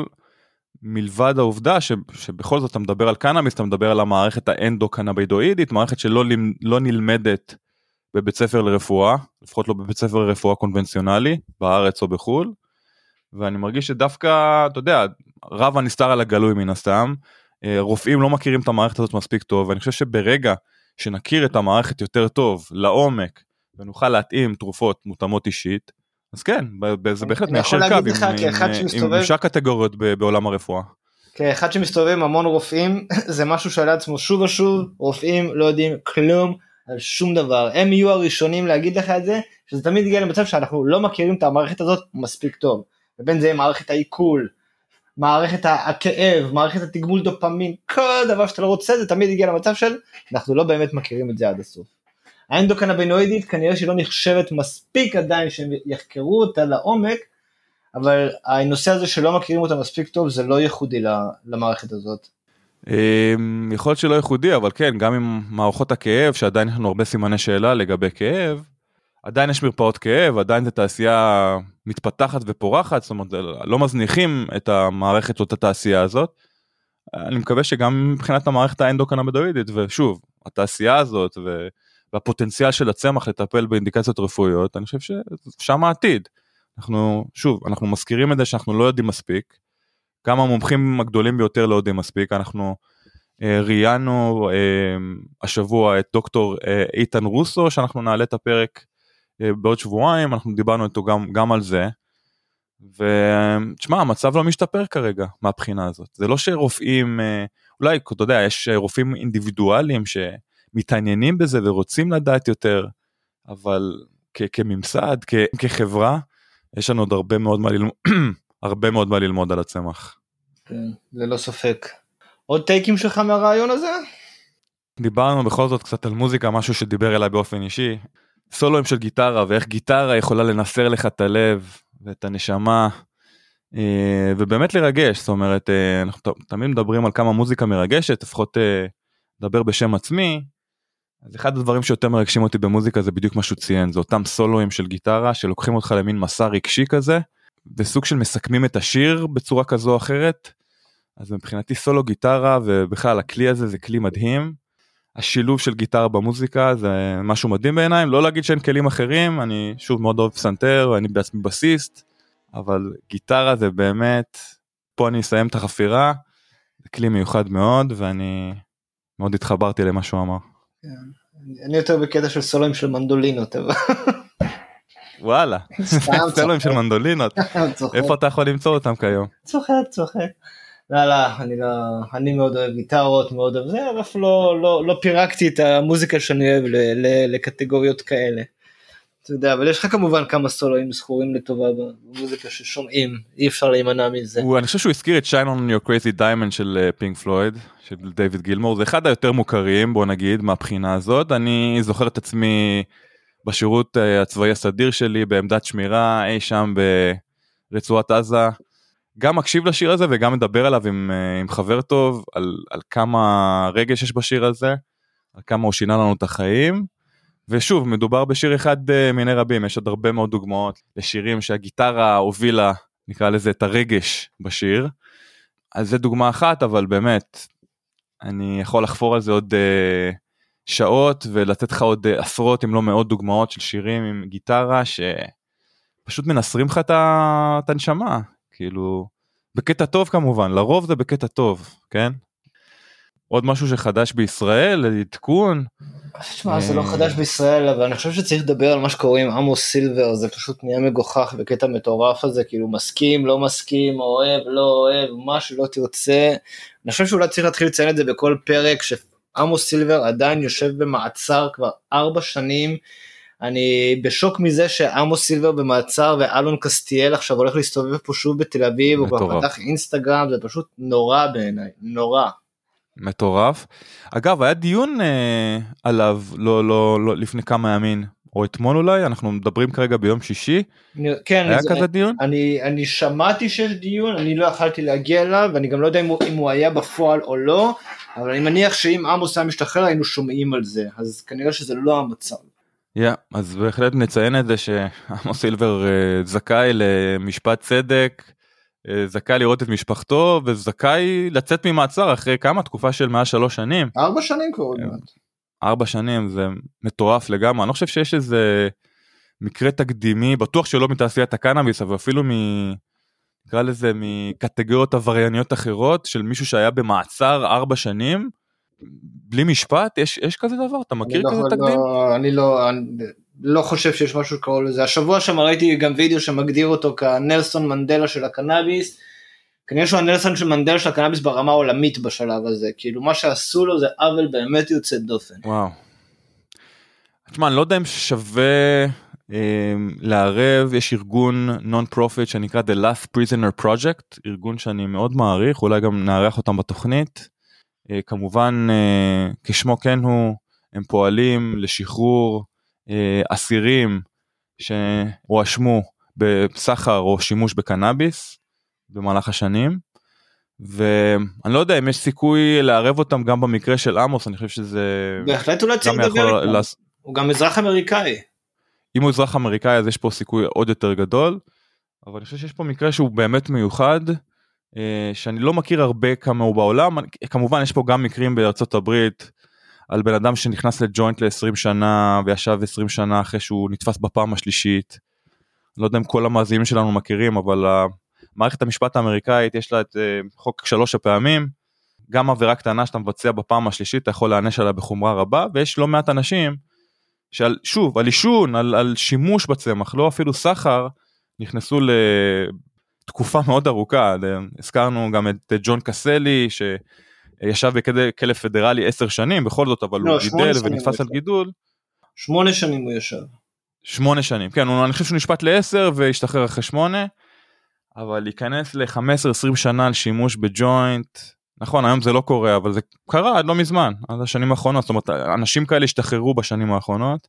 Speaker 2: מלבד העובדה ש, שבכל זאת אתה מדבר על קנאביס, אתה מדבר על המערכת האנדוקנבינואידית, מערכת שלא לא נלמדת בבית ספר לרפואה, לפחות לא בבית ספר לרפואה קונבנציונלי, בארץ או בחול, ואני מרגיש שדווקא, אתה יודע, רב הנסתר על הגלוי מן הסתם, רופאים לא מכירים את המערכת הזאת מספיק טוב, ואני חושב שברגע שנכיר את המערכת יותר טוב, לעומק, ונוכל להתאים תרופות מותאמות אישית, אז כן, זה בהחלט מיישר קו עם ממשק קטגוריות בעולם הרפואה.
Speaker 3: כאחד שמסתובב עם המון רופאים, זה משהו שעלה עצמו שוב ושוב, רופאים לא יודעים כלום על שום דבר, הם יהיו הראשונים להגיד לך את זה, שזה תמיד יגיע למצב שאנחנו לא מכירים את המערכת הזאת מספיק טוב, ובין זה מערכת העיכול, מערכת הכאב, מערכת התגמול דופמין, כל דבר שאתה לא רוצה, זה תמיד יגיע למצב של, אנחנו לא באמת מכירים את זה עד הסוף. האנדוקנבינואידית כנראה שהיא לא נחשבת מספיק עדיין שהם יחקרו אותה לעומק, אבל הנושא הזה שלא מכירים אותה מספיק טוב, זה לא ייחודי למערכת הזאת.
Speaker 2: יכול להיות שלא ייחודי, אבל כן, גם עם מערכות הכאב, שעדיין יש לנו הרבה סימני שאלה לגבי כאב, עדיין יש מרפאות כאב, עדיין זו תעשייה מתפתחת ופורחת, זאת אומרת, לא מזניחים את המערכת או את התעשייה הזאת, אני מקווה שגם מבחינת המערכת האנדוקנבינואידית, ושוב, התעשייה הזאת ו... והפוטנציאל של הצמח לטפל באינדיקציות רפואיות, אני חושב ששם העתיד. אנחנו, שוב, אנחנו מזכירים את זה שאנחנו לא יודעים מספיק, גם המומחים הגדולים ביותר לא יודעים מספיק, אנחנו אה, ראיינו אה, השבוע את דוקטור אה, איתן רוסו, שאנחנו נעלה את הפרק אה, בעוד שבועיים, אנחנו דיברנו איתו גם, גם על זה, ותשמע, המצב לא משתפר כרגע מהבחינה הזאת, זה לא שרופאים, אה, אולי, אתה יודע, יש רופאים אינדיבידואליים ש... מתעניינים בזה ורוצים לדעת יותר, אבל כ- כממסד, כ- כחברה, יש לנו עוד הרבה מאוד מה ללמוד, הרבה מאוד מה ללמוד על הצמח.
Speaker 3: כן, ללא ספק. עוד טייקים שלך מהרעיון הזה?
Speaker 2: דיברנו בכל זאת קצת על מוזיקה, משהו שדיבר אליי באופן אישי. סולוים של גיטרה, ואיך גיטרה יכולה לנסר לך את הלב, ואת הנשמה, ובאמת לרגש, זאת אומרת, אנחנו תמיד מדברים על כמה מוזיקה מרגשת, לפחות לדבר בשם עצמי, אז אחד הדברים שיותר מרגשים אותי במוזיקה, זה בדיוק מה שהוא ציין, זה אותם סולוים של גיטרה, שלוקחים אותך למין מסע רגשי כזה, וסוג של מסכמים את השיר בצורה כזו או אחרת, אז מבחינתי סולו גיטרה, ובכלל הכלי הזה זה כלי מדהים, השילוב של גיטרה במוזיקה זה משהו מדהים בעיניים, לא להגיד שאין כלים אחרים, אני שוב מאוד אוהב פסנתר, ואני בעצמי בסיסט, אבל גיטרה זה באמת, פה אני אסיים את החפירה, זה כלי מיוחד מאוד, ואני מאוד התחברתי למה שהוא אמר.
Speaker 3: אני יותר בקטע של סולוים של מנדולינות, אבל...
Speaker 2: וואלה, סולוים של מנדולינות, איפה אתה יכול למצוא אותם כיום?
Speaker 3: צוחק, צוחק. לא, לא, אני לא, אני מאוד אוהב גיטרות, מאוד אוהב זה, אבל לא, לא, לא פירקתי את המוזיקה שאני אוהב ל, ל, לקטגוריות כאלה. אתה יודע, אבל יש לך כמובן כמה סולואים זכורים לטובה במוזיקה ששומעים, אי אפשר להימנע מזה.
Speaker 2: הוא, אני חושב שהוא הזכיר את Shine on Your Crazy Diamond של פינק פלויד, של דיוויד גילמור, זה אחד היותר מוכרים, בוא נגיד, מהבחינה הזאת. אני זוכר את עצמי בשירות הצבאי הסדיר שלי, בעמדת שמירה, אי שם ברצועת עזה, גם מקשיב לשיר הזה וגם מדבר עליו עם, עם חבר טוב, על, על כמה רגש יש בשיר הזה, על כמה הוא שינה לנו את החיים, ושוב, מדובר בשיר אחד מיני רבים, יש עוד הרבה מאוד דוגמאות לשירים שהגיטרה הובילה, נקרא לזה את הרגש בשיר, אז זה דוגמה אחת, אבל באמת, אני יכול לחפור על זה עוד uh, שעות, ולתת לך עוד uh, עשרות, אם לא מאות דוגמאות של שירים עם גיטרה, שפשוט מנסרים לך את הנשמה, כאילו, בקטע טוב כמובן, לרוב זה בקטע טוב, כן? עוד משהו שחדש בישראל, עדכון.
Speaker 3: תשמע, זה לא חדש בישראל, אבל אני חושב שצריך לדבר על מה שקורה עם עמוס סילבר, זה פשוט נהיה מגוחך בקטע מטורף הזה, כאילו מסכים, לא מסכים, אוהב, לא אוהב, מה שלא תרצה. אני חושב שאולי צריך להתחיל לציין את זה בכל פרק, שעמוס סילבר עדיין יושב במעצר כבר ארבע שנים, אני בשוק מזה שעמוס סילבר במעצר, ואלון קסטיאל עכשיו הולך להסתובב פה שוב בתל אביב, הוא כבר פתח אינסטגרם, זה פשוט נורא בעיניי, נורא.
Speaker 2: מטורף. אגב, היה דיון אה, עליו לא, לא, לא, לפני כמה ימים, או אתמול אולי, אנחנו מדברים כרגע ביום שישי,
Speaker 3: כן,
Speaker 2: היה
Speaker 3: זה,
Speaker 2: כזה דיון?
Speaker 3: אני, אני שמעתי שיש דיון, אני לא יכלתי להגיע אליו, ואני גם לא יודע אם הוא, אם הוא היה בפועל או לא, אבל אני מניח שאם עמוס היה משתחרר, היינו שומעים על זה, אז כנראה שזה לא המצב.
Speaker 2: Yeah, אז בהחלט נציין את זה שעמוס סילבר uh, זכאי למשפט צדק, uh, זכאי לראות את משפחתו, וזכאי לצאת ממעצר אחרי כמה? תקופה של מעל שלוש שנים.
Speaker 3: ארבע שנים כבר עוד מעט.
Speaker 2: ארבע שנים, זה מטורף לגמרי. אני לא חושב שיש איזה מקרה תקדימי, בטוח שלא מתעשיית הקנאביס, אבל אפילו מ... נקרא לזה מקטגוריות עברייניות אחרות, של מישהו שהיה במעצר ארבע שנים, בלי משפט, יש, יש כזה דבר, אתה מכיר כזה
Speaker 3: לא,
Speaker 2: תקדים?
Speaker 3: לא, אני לא, אני לא חושב שיש משהו קרוב לזה, השבוע שם ראיתי גם וידאו שמגדיר אותו כנלסון מנדלה של הקנאביס, כנראה שהוא הנלסון של מנדלה של הקנאביס ברמה העולמית בשלב הזה, כאילו מה שעשו לו זה עוול באמת יוצא דופן.
Speaker 2: וואו. תשמע, אני לא יודע אם שווה אה, לערב, יש ארגון נון פרופיט שנקרא The Last Prisoner Project, ארגון שאני מאוד מעריך, אולי גם נערך אותם בתוכנית, Uh, כמובן uh, כשמו כן הוא, הם פועלים לשחרור uh, אסירים שהואשמו בסחר או שימוש בקנאביס במהלך השנים, ואני לא יודע אם יש סיכוי לערב אותם גם במקרה של עמוס, אני חושב שזה...
Speaker 3: בהחלט אולי צריך לדבר איתם, לס... הוא גם אזרח אמריקאי.
Speaker 2: אם הוא אזרח אמריקאי אז יש פה סיכוי עוד יותר גדול, אבל אני חושב שיש פה מקרה שהוא באמת מיוחד, שאני לא מכיר הרבה כמה הוא בעולם, כמובן יש פה גם מקרים בארצות הברית, על בן אדם שנכנס לג'וינט ל-עשרים שנה, וישב עשרים שנה אחרי שהוא נתפס בפעם השלישית, לא יודע אם כל המאזינים שלנו מכירים, אבל מערכת המשפט האמריקאית יש לה את חוק שלוש הפעמים, גם עבירה קטנה שאתה מבצע בפעם השלישית, אתה יכול להענש עליה בחומרה רבה, ויש לא מעט אנשים, שעל, שוב, על אישון, על, על שימוש בצמח, לא אפילו סחר, נכנסו ל... תקופה מאוד ארוכה, הזכרנו גם את ג'ון קסלי, שישב בכלא פדרלי עשר שנים, בכל זאת, אבל הוא גידל ונתפס על גידול.
Speaker 3: שמונה שנים הוא ישב.
Speaker 2: שמונה שנים, כן, אני חושב שהוא נשפט לעשר, והשתחרר אחרי שמונה, אבל להיכנס ל-חמש עשרה עשרים שנה על שימוש בג'וינט, נכון, היום זה לא קורה, אבל זה קרה עד לא מזמן, עד השנים האחרונות, זאת אומרת, אנשים כאלה השתחררו בשנים האחרונות,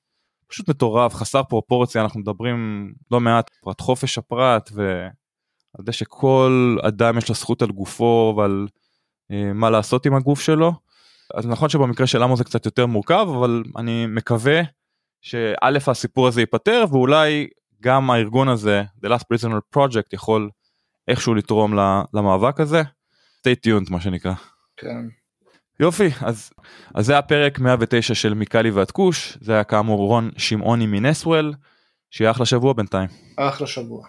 Speaker 5: פשוט מטורף, חסר פרופורציה, אנחנו מדברים לא מעט פרט חופש הפרט, ועל זה שכל אדם יש לו זכות על גופו, ועל אה, מה לעשות עם הגוף שלו. אז נכון שבמקרה של עמוס זה קצת יותר מורכב, אבל אני מקווה שא' הסיפור הזה ייפטר, ואולי גם הארגון הזה, The Last Prisoner Project, יכול איכשהו לתרום למאבק הזה. Stay tuned, מה שנקרא.
Speaker 3: כן.
Speaker 5: יופי, אז, אז זה הפרק מאה ותשע של מיקלי ועד כוש, זה היה כאמור רון שמעוני מנסוול, שיהיה אחלה שבוע בינתיים.
Speaker 3: אחלה שבוע.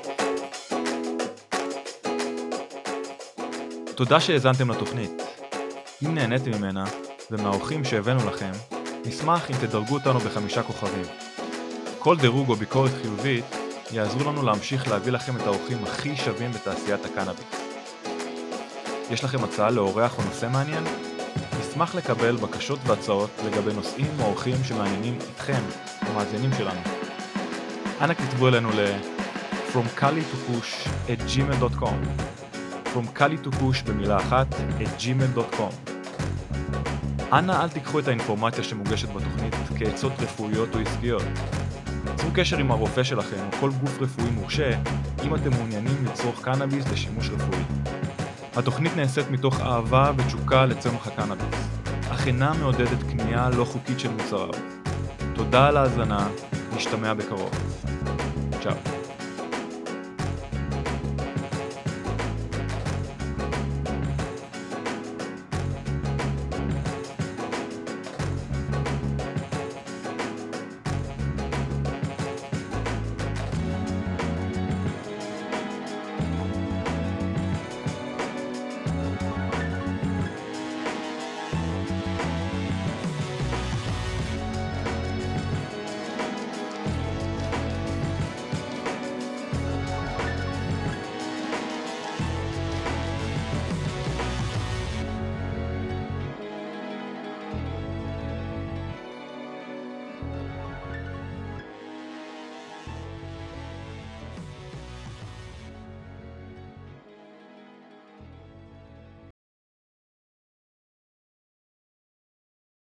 Speaker 5: תודה שהאזנתם לתוכנית. אם נהניתם ממנה, ומהאורחים שהבאנו לכם, נשמח אם תדרגו אותנו בחמישה כוכבים. כל דירוג או ביקורת חיובית יעזרו לנו להמשיך להביא לכם את האורחים הכי שווים בתעשיית הקנאביס. יש לכם הצעה לאורח או נושא מעניין? נשמח לקבל בקשות והצעות לגבי נושאים או אורחים שמעניינים אתכם, המאזינים שלנו. אנא כתבו אלינו ל from kali to push at gmail dot com from kali to push במילה אחת at gmail dot com. אנא אל תיקחו את האינפורמציה שמוגשת בתוכנית כעצות רפואיות או עסקיות. צרו קשר עם הרופא שלכם או כל גוף רפואי מורשה אם אתם מעוניינים לצרוך קנאביס לשימוש רפואי. התוכנית נעשית מתוך אהבה ותשוקה לצמח הקנאביס, אך אינה מעודדת קנייה לא חוקית של מוצריו. תודה על ההאזנה, נשתמע בקרוב. צ'או.